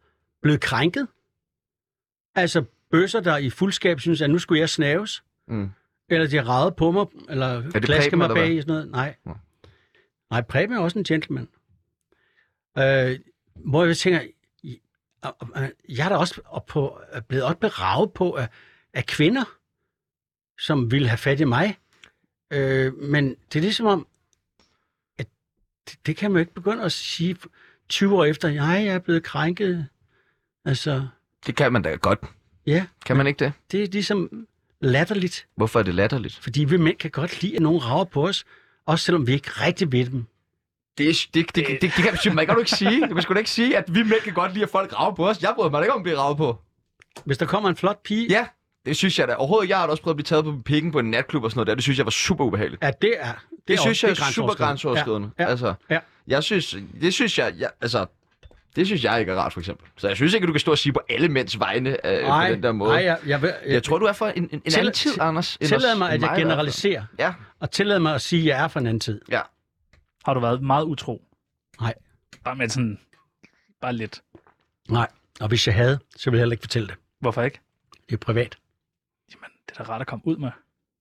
blevet krænket. Altså bøsser, der i fuldskab synes, at nu skulle jeg snaves. Mm. Eller de har raget på mig, eller klasker mig bag i sådan noget. Nej. Ja. Nej, Preben er også en gentleman. Øh, hvor jeg tænker, jeg er da også op på, blevet også beraget på af, af kvinder, som ville have fat i mig. Øh, men det er ligesom om, at det, det kan man jo ikke begynde at sige tyve år efter, nej, jeg er blevet krænket. Altså, det kan man da godt. Ja. Kan man ikke det? Det er ligesom latterligt. Hvorfor er det latterligt? Fordi vi mænd kan godt lide, at nogen rager på os, også selvom vi ikke rigtig ved dem. Det, er, det, det, det, det, det kan, man kan du ikke sige. Du kan sgu da ikke sige, at vi mænd kan godt lide, at folk rager på os. Jeg bryder mig ikke om at blive raget på. Hvis der kommer en flot pige... Ja, det synes jeg da. Overhovedet, jeg har også prøvet at blive taget på pikken på en natklub og sådan noget der. Det synes jeg var super ubehageligt. Ja, det er... Det, det er synes også, jeg det er, er super grænseoverskridende. Ja, ja, altså, ja. Jeg synes... Det synes jeg... jeg altså, det synes jeg ikke er rart, for eksempel. Så jeg synes ikke, at du kan stå og sige på alle mænds vegne øh, ej, på den der måde. Nej, jeg, jeg, jeg, jeg tror, du er for en, en, en anden tid, Anders. Tillad mig, at jeg generaliserer. Ja. Og tillad mig at sige, at jeg er for en anden tid. Ja. Har du været meget utro? Nej. Bare med sådan... Bare lidt. Nej. Og hvis jeg havde, så ville jeg heller ikke fortælle det. Hvorfor ikke? Det er privat. Jamen, det er da rart at komme ud med.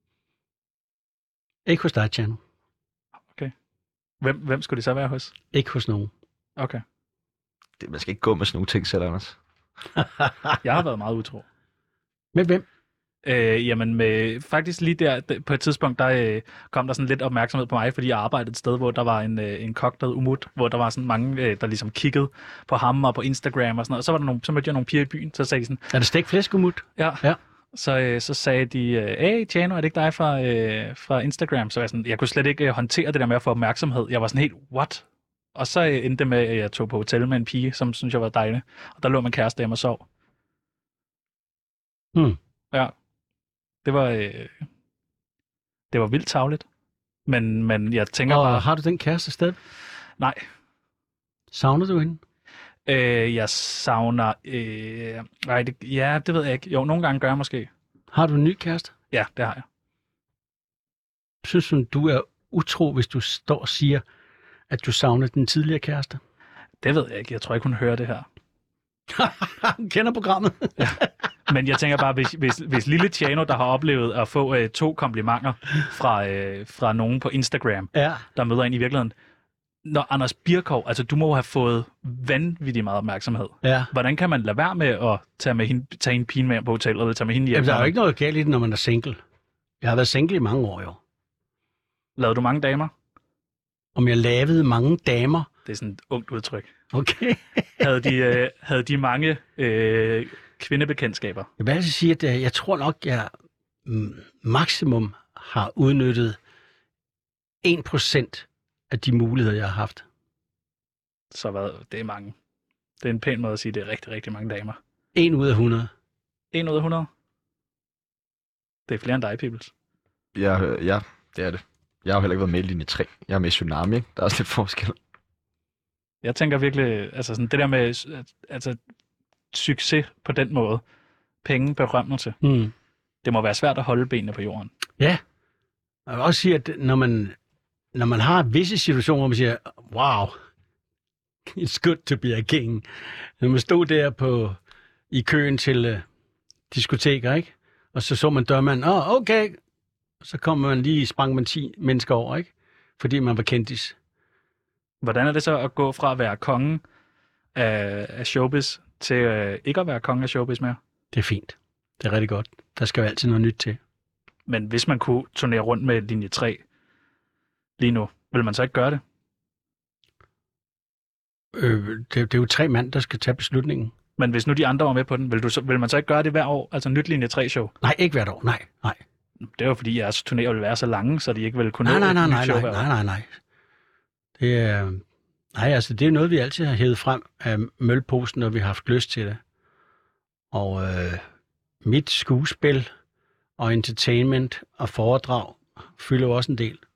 Ikke hos dig, Tjerno. Okay. Hvem, hvem skulle det så være hos? Ikke hos nogen. Okay. Det, man skal ikke gå med sådan nogle ting selv, Anders. Jeg har været meget utro. Med hvem? Øh, jamen, med, faktisk lige der, på et tidspunkt, der øh, kom der sådan lidt opmærksomhed på mig, fordi jeg arbejdede et sted, hvor der var en, øh, en kok, der hed Umut, hvor der var sådan mange, øh, der ligesom kiggede på ham og på Instagram og sådan noget. Og så, var der nogle, så mødte jeg nogle piger i byen, så sagde de sådan... Er det stegt flæsk, Umut? Ja. Ja. Så, øh, så sagde de, øh, hey, Tjano, er det ikke dig fra, øh, fra Instagram? Så jeg, sådan, jeg kunne slet ikke øh, håndtere det der med at få opmærksomhed. Jeg var sådan helt, what? Og så øh, endte det med, at jeg tog på hotel med en pige, som synes jeg var dejlig. Og der lå min kæreste hjemme og sov. Hmm. Ja. Det var, øh, det var vildt tarveligt. Men, men jeg tænker og bare... har du den kæreste stadig? Nej. Savner du hende? Øh, jeg savner... Øh, nej, det, ja, det ved jeg ikke. Jo, nogle gange gør jeg måske. Har du en ny kæreste? Ja, det har jeg. Synes du, du er utro, hvis du står og siger, at du savner den tidligere kæreste? Det ved jeg ikke. Jeg tror ikke, hun hører det her. Hun kender programmet. Ja. Men jeg tænker bare, hvis, hvis, hvis lille Tjano, der har oplevet at få øh, to komplimenter fra, øh, fra nogen på Instagram, ja. der møder en i virkeligheden. Når Anders Birkov, altså du må have fået vanvittigt meget opmærksomhed. Ja. Hvordan kan man lade være med at tage, med hende, tage en pige med på hotellet, eller tage med hende hjem? Jamen, der er jo ikke noget galt i det, når man er single. Jeg har været single i mange år, jo. Lavede du mange damer? Om jeg lavede mange damer? Det er sådan et ungt udtryk. Okay. havde, de, øh, havde de mange øh, kvindebekendtskaber? Jeg vil altså sige, at jeg tror nok, jeg mm, maksimum har udnyttet en procent af de muligheder, jeg har haft. Så hvad? Det er mange. Det er en pæn måde at sige, at det er rigtig, rigtig mange damer. En ud af hundrede. En ud af hundrede? Det er flere end dig, Pibels. Ja, ja, det er det. Jeg har jo heller ikke været med i linje tre. Jeg er med i Tsunami, ikke? Der er også lidt forskel. Jeg tænker virkelig, altså sådan det der med altså, succes på den måde, penge, berømmelse, mm. det må være svært at holde benene på jorden. Ja. Jeg vil også sige, at når man, når man har visse situationer, hvor man siger, wow, it's good to be a king. Når man stod der på, i køen til uh, diskoteker, ikke? Og så så man dørmanden, åh, oh, okay. Så kom man lige, sprang man ti mennesker over, ikke? Fordi man var kendis. Hvordan er det så at gå fra at være kongen af, af showbiz til øh, ikke at være konge af showbiz mere? Det er fint. Det er rigtig godt. Der skal jo altid noget nyt til. Men hvis man kunne turnere rundt med linje tre lige nu, vil man så ikke gøre det? Øh, det, det er jo tre mand, der skal tage beslutningen. Men hvis nu de andre var med på den, vil, du så, vil man så ikke gøre det hver år? Altså nyt linje tre-show? Nej, ikke hvert år. Nej, nej. Det er jo fordi, jeres turnéer vil være så lange, så de ikke vil kunne nej, nå nej, nej, et nyt nej, show nej, hver år. nej, nej, nej. Det er, nej, altså, det er noget, vi altid har hævet frem af mølposen, når vi har haft lyst til det. Og øh, mit skuespil og entertainment og foredrag fylder også en del.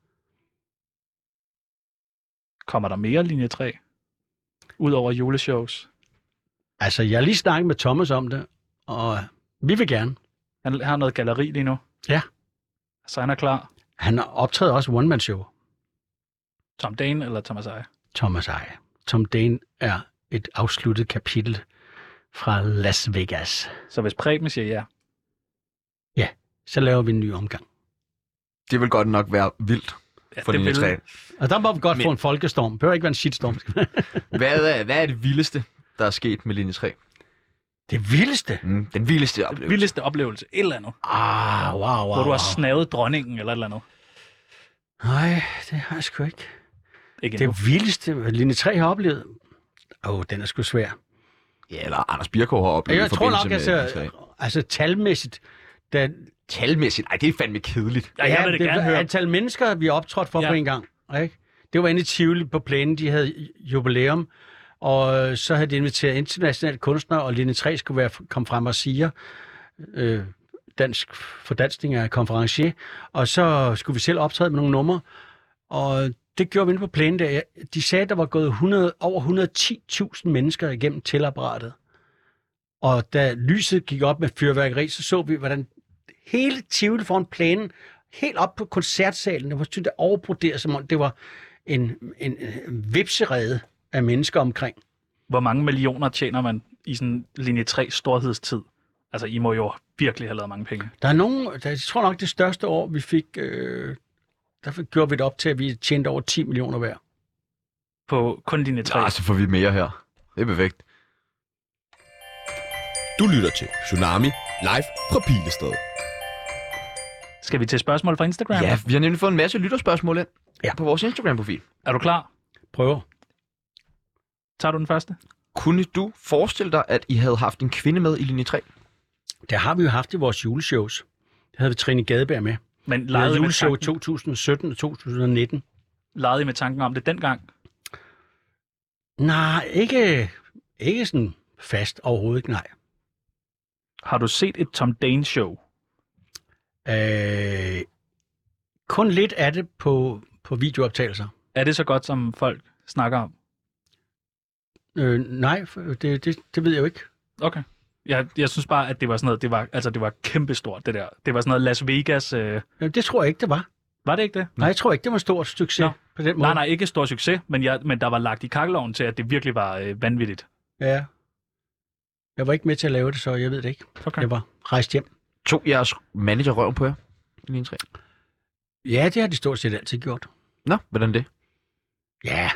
Kommer der mere linje tre? Udover juleshows? Altså, jeg har lige snakket med Thomas om det, og vi vil gerne. Han har noget galleri lige nu? Ja. Så han er klar? Han optræder også one-man-show. Tom Dane eller Thomas Eje? Thomas Eje. Tom Dane er et afsluttet kapitel fra Las Vegas. Så hvis Preben siger ja, Så laver vi en ny omgang. Det vil godt nok være vildt ja for det linje vil... tre. Og der må vi godt Men- få en folkestorm. Det behøver ikke være en shitstorm. Hvad er, hvad er det vildeste, der er sket med linje tre? Det vildeste? Mm, den vildeste oplevelse. vildeste oplevelse, et eller andet. Ah, wow, wow. Hvor du har wow. snavet dronningen eller et eller andet. Nej, det har jeg sgu ikke. Ikke endnu. Det vildeste, linje tre har oplevet. Åh, oh, den er sgu svær. Ja, eller Anders Birkow har oplevet Jeg i tror forbindelse nok, med altså, linje tre. altså talmæssigt, da, Talmæssigt? Ej, det er fandme kedeligt. Ja, jeg vil det, det gerne var høre. antal mennesker, vi optrådte for Ja. på en gang. Ikke? Det var inde i Tivoli på plænen, de havde jubilæum, og så havde de inviteret internationale kunstnere, og linje tre skulle være, komme frem og sige, øh, dansk fordansning af konferencier, og så skulle vi selv optræde med nogle numre, og det gjorde vi inde på plænen der. De sagde, at der var gået hundrede, over et hundrede og ti tusind mennesker igennem tællapparatet. Og da lyset gik op med fyrværkeri, så så vi, hvordan hele Tivoli foran plænen, helt op på koncertsalen, det var sådan, det overbroderet, som om det var en, en, en vipserede af mennesker omkring. Hvor mange millioner tjener man i sådan linje tre storhedstid? Altså, I må jo virkelig have lavet mange penge. Der er nogen, der, jeg tror nok det største år, vi fik, øh, der gjorde vi det op til, at vi tjente over ti millioner hver. På kun linje tre. Ja, så får vi mere her. Det er perfekt. Du lytter til Tsunami live fra Pilestræde. Skal vi til spørgsmål fra Instagram? Ja, vi har nemlig fået en masse lytterspørgsmål ind Ja. på vores Instagram-profil. Er du klar? Prøver. Tager du den første? Kunne du forestille dig, at I havde haft en kvinde med i linje tre? Det har vi jo haft i vores juleshows. Det havde vi Trine Gadeberg med. Men Vi havde legede I, med juleshow i tanken, to tusind og sytten og to tusind og nitten. legede I med tanken om det dengang? Nej, ikke, ikke sådan fast overhovedet ikke, nej. Har du set et Tom Dane show? Øh, kun lidt af det på, på videooptagelser. Er det så godt, som folk snakker om? Øh, nej, for det, det, det ved jeg jo ikke. Okay. Jeg, jeg synes bare, at det var sådan noget, det var, altså det var kæmpestort, det der. Det var sådan noget Las Vegas. Øh... Jamen, det tror jeg ikke, det var. Var det ikke det? Nej, jeg tror ikke, det var et stort succes Nå. på den måde. Nej, nej, ikke stor succes, men, jeg, men der var lagt i kakkeloven til, at det virkelig var øh, vanvittigt. Ja. Jeg var ikke med til at lave det, så jeg ved det ikke. Okay. Jeg var rejst hjem. Tog jeres manager røven på jer i linje tre? Ja, det har de stort set altid gjort. Nå, hvordan det? Ja.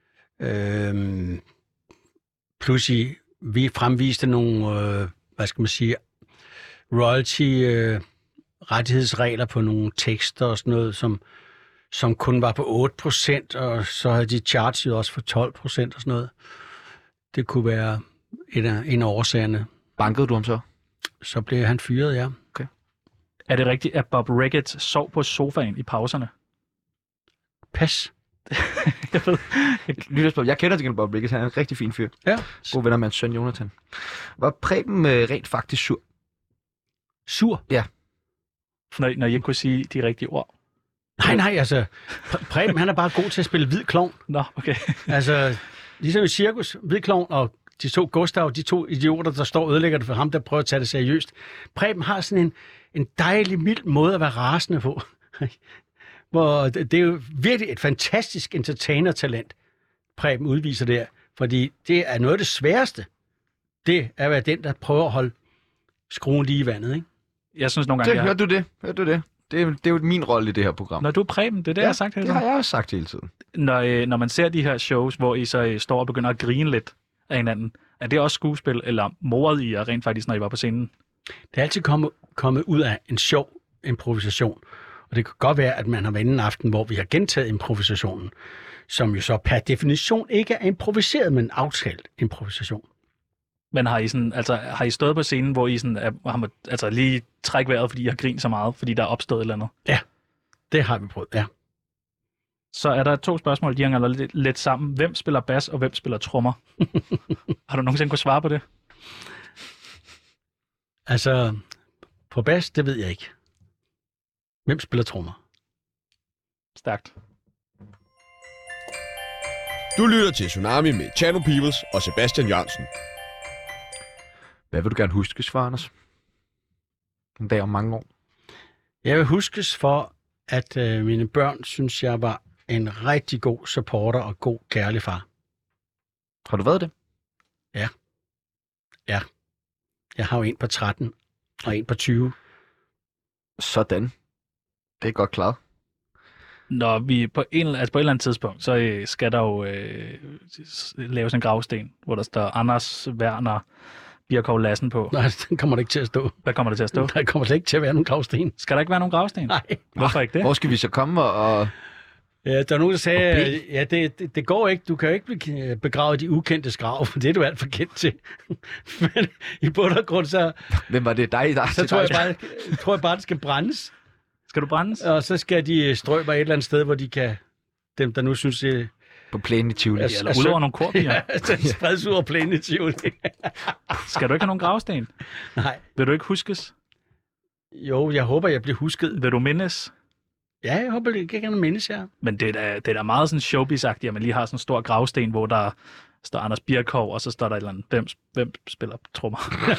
Øhm, pludselig, vi fremviste nogle, øh, hvad skal man sige, royalty øh, rettighedsregler på nogle tekster og sådan noget, som, som kun var på otte procent, og så havde de charget også for tolv procent og sådan noget. Det kunne være en af, en af årsagerne. Bankede du ham så? Så blev han fyret, ja. Er det rigtigt, at Bob Ricketts sov på sofaen i pauserne? Pas. Jeg ved. Lytterspørgsmål. Jeg kender til gengæld Bob Ricketts. Han er en rigtig fin fyr. Ja. God venner med hans søn Jonathan. Var Preben øh, rent faktisk sur? Sur. Når, når I ikke kunne sige de rigtige ord. Nej, nej, altså, Pr- Preben, han er bare god til at spille hvid klovn. Nå, okay. Altså, ligesom i cirkus, hvid klovn og de to Gustav, de to idioter, der står og ødelægger det for ham, der prøver at tage det seriøst. Preben har sådan en, en dejlig, mild måde at være rasende på. Hvor det, det er jo virkelig et fantastisk entertainer-talent, Preben udviser der. Fordi det er noget af det sværeste. Det er at være den, der prøver at holde skruen lige i vandet, ikke? Jeg synes nogle gange, Det, jeg... hørte du det? Hørte du det? Det er, det er jo min rolle i det her program. Når du er Preben, det er det, ja, jeg har sagt hele det har tiden. jeg også sagt hele tiden. Når, øh, når man ser de her shows, hvor I så øh, står og begynder at grine lidt af hinanden, er det også skuespil, eller morede I jer rent faktisk, når I var på scenen? Det er altid kommet, kommet ud af en sjov improvisation. Og det kan godt være, at man har været en aften, hvor vi har gentaget improvisationen, som jo så per definition ikke er improviseret, men aftalt improvisation. Men har I, sådan, altså, har I stået på scenen, hvor I sådan, er, har man, altså, lige træk vejret, fordi I har grint så meget, fordi der er opstået et eller andet? Det har vi prøvet, ja. Så er der to spørgsmål, de hænger lidt, lidt sammen. Hvem spiller bas, og hvem spiller trommer? Har du nogensinde kunne svare på det? Altså, på bas, det ved jeg ikke. Hvem spiller trommer? Stærkt. Du lytter til Tsunami med Chano Peoples og Sebastian Jørgensen. Hvad vil du gerne huske, svar, Anders? En dag om mange år. Jeg vil huskes for, at øh, mine børn synes, jeg var en rigtig god supporter og god, kærlig far. Har du været det? Ja. Jeg har jo en på tretten og en på tyve. Sådan. Det er godt klart. Når vi på en, altså på et eller andet tidspunkt, så øh, skal der jo øh, laves en gravsten, hvor der står Anders Werner Birkov Lassen på. Nej, den kommer der ikke til at stå. Hvad kommer der til at stå? Der kommer slet ikke til at være nogen gravsten. Skal der ikke være nogen gravsten? Nej. Hvorfor ikke det? Hvor skal vi så komme og... Ja, der er nogen, der sagde, Og at ja, det, det, det går ikke. Du kan jo ikke blive begravet i de ukendte grav, for det er du alt for kendt til. Men i bund og grund, så, Hvem var det? Dig, der så tror, jeg bare, tror jeg bare, det skal brændes. Skal du brændes? Og så skal de strø mig et eller andet sted, hvor de kan... Dem, der nu synes, det På plænen i Tivoli. Altså, Eller ud over nogle korpiger? ja, det spredes ud over plænen i Tivoli. Skal du ikke have nogen gravsten? Nej. Vil du ikke huskes? Jo, jeg håber, jeg bliver husket. Vil du mindes? Ja, jeg håber, det kan mindes, ja. Men det er da, det er da meget sådan showbiz-agtigt, at man lige har sådan en stor gravsten, hvor der står Anders Birkov, og så står der et eller andet, hvem, hvem spiller trommer?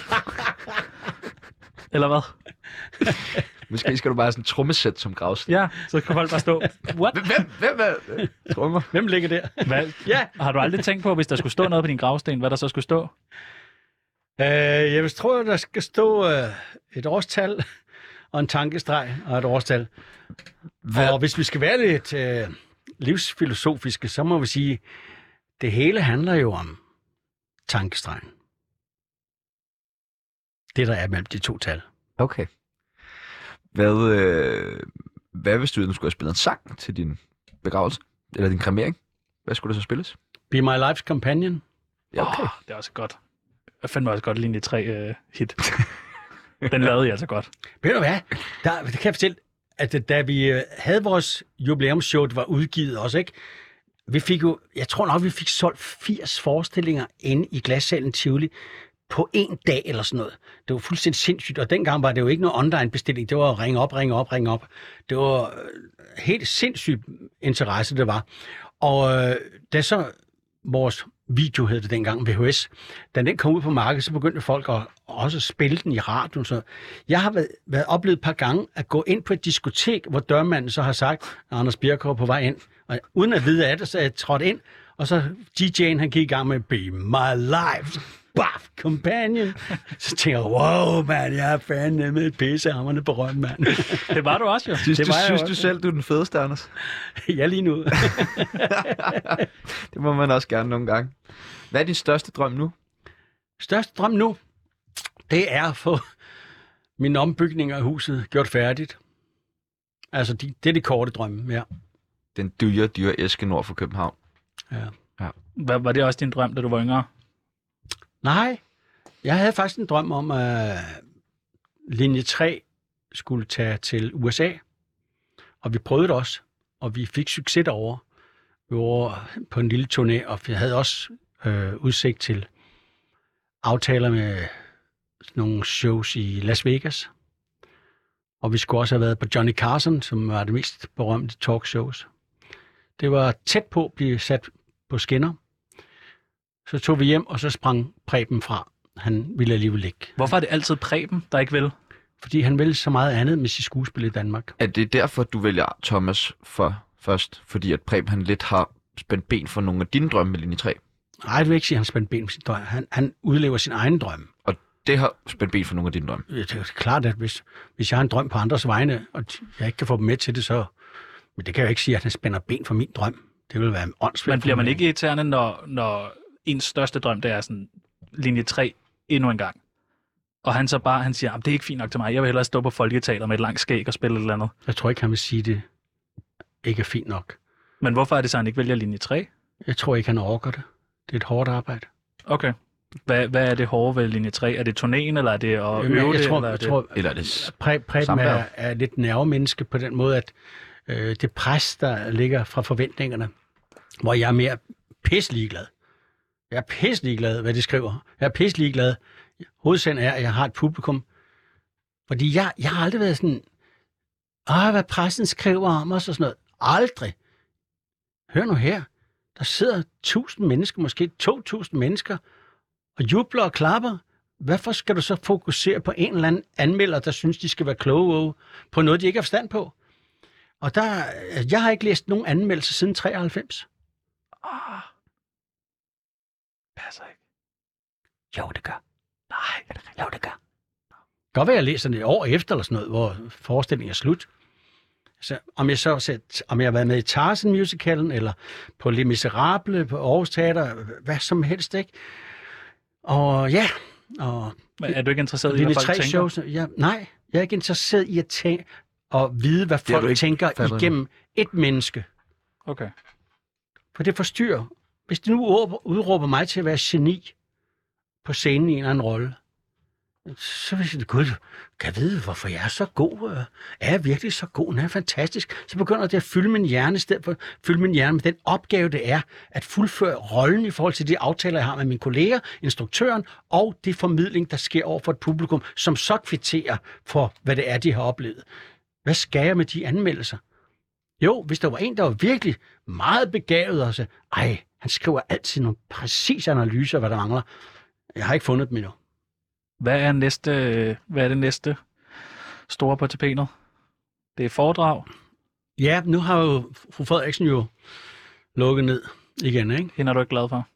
Eller hvad? Måske skal du bare have sådan en trommesæt som gravsten. Ja, så kan folk bare stå, what? Hvem, hvem er trommer? Hvem ligger der? Hvad? Ja. Har du aldrig tænkt på, hvis der skulle stå noget på din gravsten, hvad der så skulle stå? Øh, jeg vil tro, der skal stå øh, et årstal og en tankestreg og et årstal. Hvad? Og hvis vi skal være lidt øh, livsfilosofiske, så må vi sige, det hele handler jo om tankestregen. Det, der er mellem de to tal. Okay. Hvad, øh, hvad hvis du nu skulle have spillet en sang til din begravelse? Eller din kremering? Hvad skulle der så spilles? Be My Life's Companion. Ja, okay. Oh, det er også godt. Jeg fandt mig også godt linje tre uh, hit. Den lavede jeg altså godt. Ved du hvad? Der, det kan jeg fortælle, at da vi øh, havde vores jubilæumsshow, det var udgivet også, ikke? Vi fik jo, jeg tror nok, vi fik solgt firs forestillinger inde i Glassalen Tivoli på en dag eller sådan noget. Det var fuldstændig sindssygt, og dengang var det jo ikke noget online-bestilling. Det var ringe op, ringe op, ringe op. Det var øh, helt sindssygt interesse, det var. Og øh, da så vores video hed det dengang, V H S, da den kom ud på markedet, så begyndte folk at også spille den i radioen. Så jeg har været, været oplevet et par gange at gå ind på et diskotek, hvor dørmanden så har sagt, Anders Birkov på vej ind, og uden at vide af det, så er jeg trådt ind, og så D J'en, han gik i gang med Be My Life, Buff Companion. Så tænker jeg, wow, mand, jeg er fandme med et pissehammerne berømt, mand. Det var du også, jo. Synes, Det du, var jeg synes også. du selv, du er den fedeste, Anders? Ja, lige nu. Det må man også gerne nogle gange. Hvad er din største drøm nu? Største drøm nu, det er at få mine ombygninger af huset gjort færdigt. Altså, de, det er det korte drømme, ja. Den dyre, dyre æske nord for København. ja. Hvad, var det også din drøm, da du var yngre? Nej, jeg havde faktisk en drøm om, at linje tre skulle tage til U S A. Og vi prøvede det også, og vi fik succes derovre. Vi var på en lille turné, og vi havde også øh, udsigt til aftaler med nogle shows i Las Vegas. Og vi skulle også have været på Johnny Carson, som var det mest berømte talkshows. Det var tæt på at blive sat på skinner. Så tog vi hjem, og så sprang Preben fra. Han ville alligevel ikke. Hvorfor er det altid Preben, der ikke vil? Fordi han vil så meget andet med sit skuespil i Danmark. Er det derfor, du vælger Thomas for først? Fordi at Preben han lidt har spændt ben for nogle af dine drømme med linje tre? Nej, det vil ikke sige, at han spændt ben på sin drøm. Han, han udlever sin egen drøm. Og det har spændt ben for nogle af dine drømme? Det er klart, at hvis, hvis jeg har en drøm på andres vegne, og jeg ikke kan få dem med til det, så... Men det kan jeg jo ikke sige, at han spænder ben for min drøm. Det vil være en åndssvagt. Men bliver man ikke irriterende, når, når ens største drøm, det er sådan linje tre endnu en gang? Og han så bare, han siger, det er ikke fint nok til mig. Jeg vil hellere stå på Folketeater med et langt skæg og spille et eller andet. Jeg tror ikke, han vil sige, det ikke er fint nok. Men hvorfor er det så, han ikke vælger linje tre? Jeg tror ikke, han overgår det. Det er et hårdt arbejde. Okay. Hvad, hvad er det hårde ved linje tre? Er det turnéen, eller er det at Jamen, øve jeg det? tror, eller er jeg det... tror, Eller er det Præ, Preben samvær? er, er lidt nervemenneske på den måde, at øh, det pres, der ligger fra forventningerne, hvor jeg er mere pisselig glad. Jeg er pisselig glad, hvad de skriver. Jeg er pisselig glad. Hovedsagen er, at jeg har et publikum. Fordi jeg, jeg har aldrig været sådan, åh, hvad pressen skriver om os og sådan noget. Aldrig. Hør nu her. Der sidder tusind mennesker, måske to tusind mennesker, og jubler og klapper. Hvorfor skal du så fokusere på en eller anden anmelder, der synes, de skal være kloge på noget, de ikke har forstand på? Og der, jeg har ikke læst nogen anmeldelser siden treoghalvfems. Ah. Passer ikke. Jo, det gør. Nej, er det rigtigt? Jo, det gør. Det kan godt være, jeg læser den et år efter, eller sådan noget, hvor forestillingen er slut. Så, om jeg så set, om jeg har været med i Tarzan musicalen, eller på Les Miserables, på Aarhus Teater, hvad som helst, ikke? Og ja, og... Men er du ikke interesseret i, hvad hvad folk tre tænker? shows, ja, nej, jeg er ikke interesseret i at tænke og vide, hvad folk ikke tænker fattet igennem et menneske. Okay. For det forstyrrer. Hvis de nu udråber mig til at være geni på scenen i en eller anden rolle, så vil jeg sige, gud, kan jeg vide, hvorfor jeg er så god? Er jeg virkelig så god? Den er fantastisk. Så begynder det at fylde min hjerne, i stedet for at fylde min hjerne med den opgave, det er at fuldføre rollen i forhold til de aftaler, jeg har med mine kolleger, instruktøren, og det formidling, der sker over for et publikum, som så kvitterer for, hvad det er, de har oplevet. Hvad skal jeg med de anmeldelser? Jo, hvis der var en, der var virkelig meget begavet og sagde, ej, han skriver altid nogle præcise analyser, hvad der mangler. Jeg har ikke fundet dem endnu. Hvad er, næste, hvad er det næste store på tapetet? Det er foredrag. Ja, nu har jo fru Frederiksen jo lukket ned igen, ikke? Hende er du ikke glad for?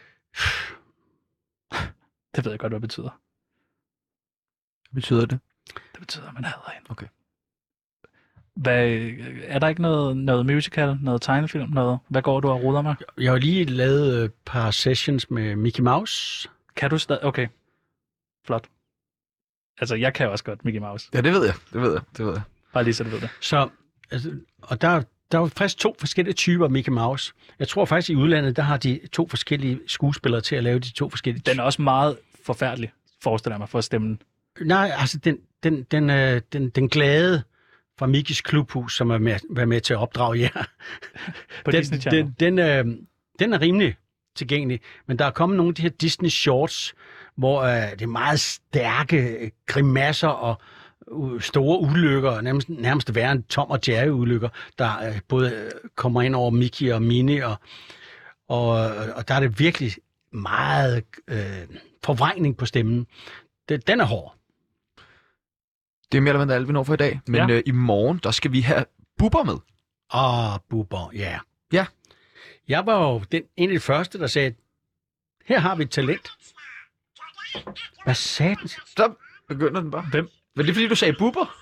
Det ved jeg godt, hvad det betyder. Hvad betyder det? Det betyder, at man hader hende. Okay. Hvad, er der ikke noget, noget musical, noget tegnefilm, noget? Hvad går du og ruder med? Jeg har lige lavet et par sessions med Mickey Mouse. Kan du stadig... Okay. Flot. Altså, jeg kan også godt Mickey Mouse. Ja, det ved jeg. Det ved jeg. Det ved jeg. Bare lige så du ved det. Så, altså, og der, der er jo faktisk to forskellige typer Mickey Mouse. Jeg tror faktisk, i udlandet, der har de to forskellige skuespillere til at lave de to forskellige Den er også meget forfærdelig, forestiller jeg mig, for stemmen. Nej, altså den, den, den, øh, den, den glade fra Mickeys Klubhus, som er med, var med til at opdrage jer. På den, Disney Channel. Den, den, øh, den er rimelig tilgængelig, men der er kommet nogle af de her Disney Shorts, hvor øh, det er meget stærke grimasser og uh, store ulykker, nærmest, nærmest værre end Tom og Jerry ulykker, der øh, både øh, kommer ind over Mickey og Minnie, og, og, og der er det virkelig meget øh, forvrængning på stemmen. Det, den er hård. Det er mere eller mindre alt, vi når for i dag. Men Ja. øh, i morgen, der skal vi have Bubber med. Åh, Bubber, ja. Yeah. Ja. Jeg var jo den, en af de første, der sagde, her har vi et talent. Hvad sagde den? Så begynder den bare. Hvem? Var det fordi, du sagde Bubber?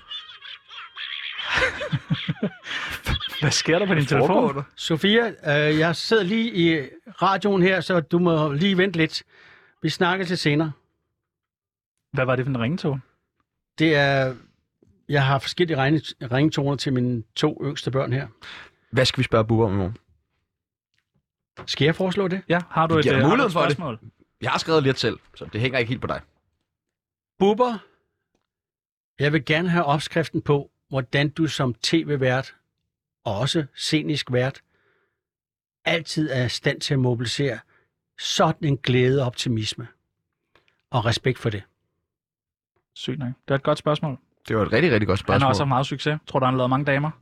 Hvad sker der på din telefon? Foregår der? Sofia, øh, jeg sidder lige i radioen her, så du må lige vente lidt. Vi snakker til senere. Hvad var det for en ringetone? Det er... Jeg har forskellige regne- ringetoner til mine to yngste børn her. Hvad skal vi spørge Bubber om i morgen? Skal jeg foreslå det? Ja, har du Vi et, giver øh, har du mulighed et for det. spørgsmål? Jeg har skrevet lidt selv, så det hænger ikke helt på dig. Bubber, jeg vil gerne have opskriften på, hvordan du som tv-vært, og også scenisk vært, altid er i stand til at mobilisere sådan en glæde og optimisme. Og respekt for det. Sygt nok. Det er et godt spørgsmål. Det var et rigtig, rigtig godt spørgsmål. Han har også haft meget succes. Tror du, han har lavet mange damer?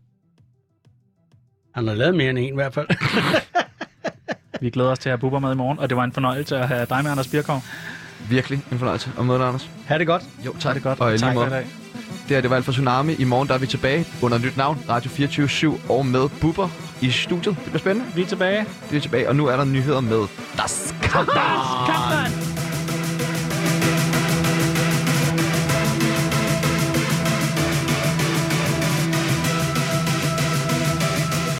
Han har lavet mere end en i hvert fald. Vi glæder os til at have Bubber med i morgen, og det var en fornøjelse at have dig med, Anders Birkov. Virkelig en fornøjelse at møde dig, Anders. Ha' det godt. Jo, tak. Tak det godt. Og i lige tak for måde. i dag. Det her, det var alt for Tsunami. I morgen der er vi tilbage under nyt navn, Radio fireogtyve syv, og med Bubber i studiet. Det bliver spændende. Vi er tilbage. Vi er tilbage, og nu er der nyheder med Das Kampmann. Kampmann!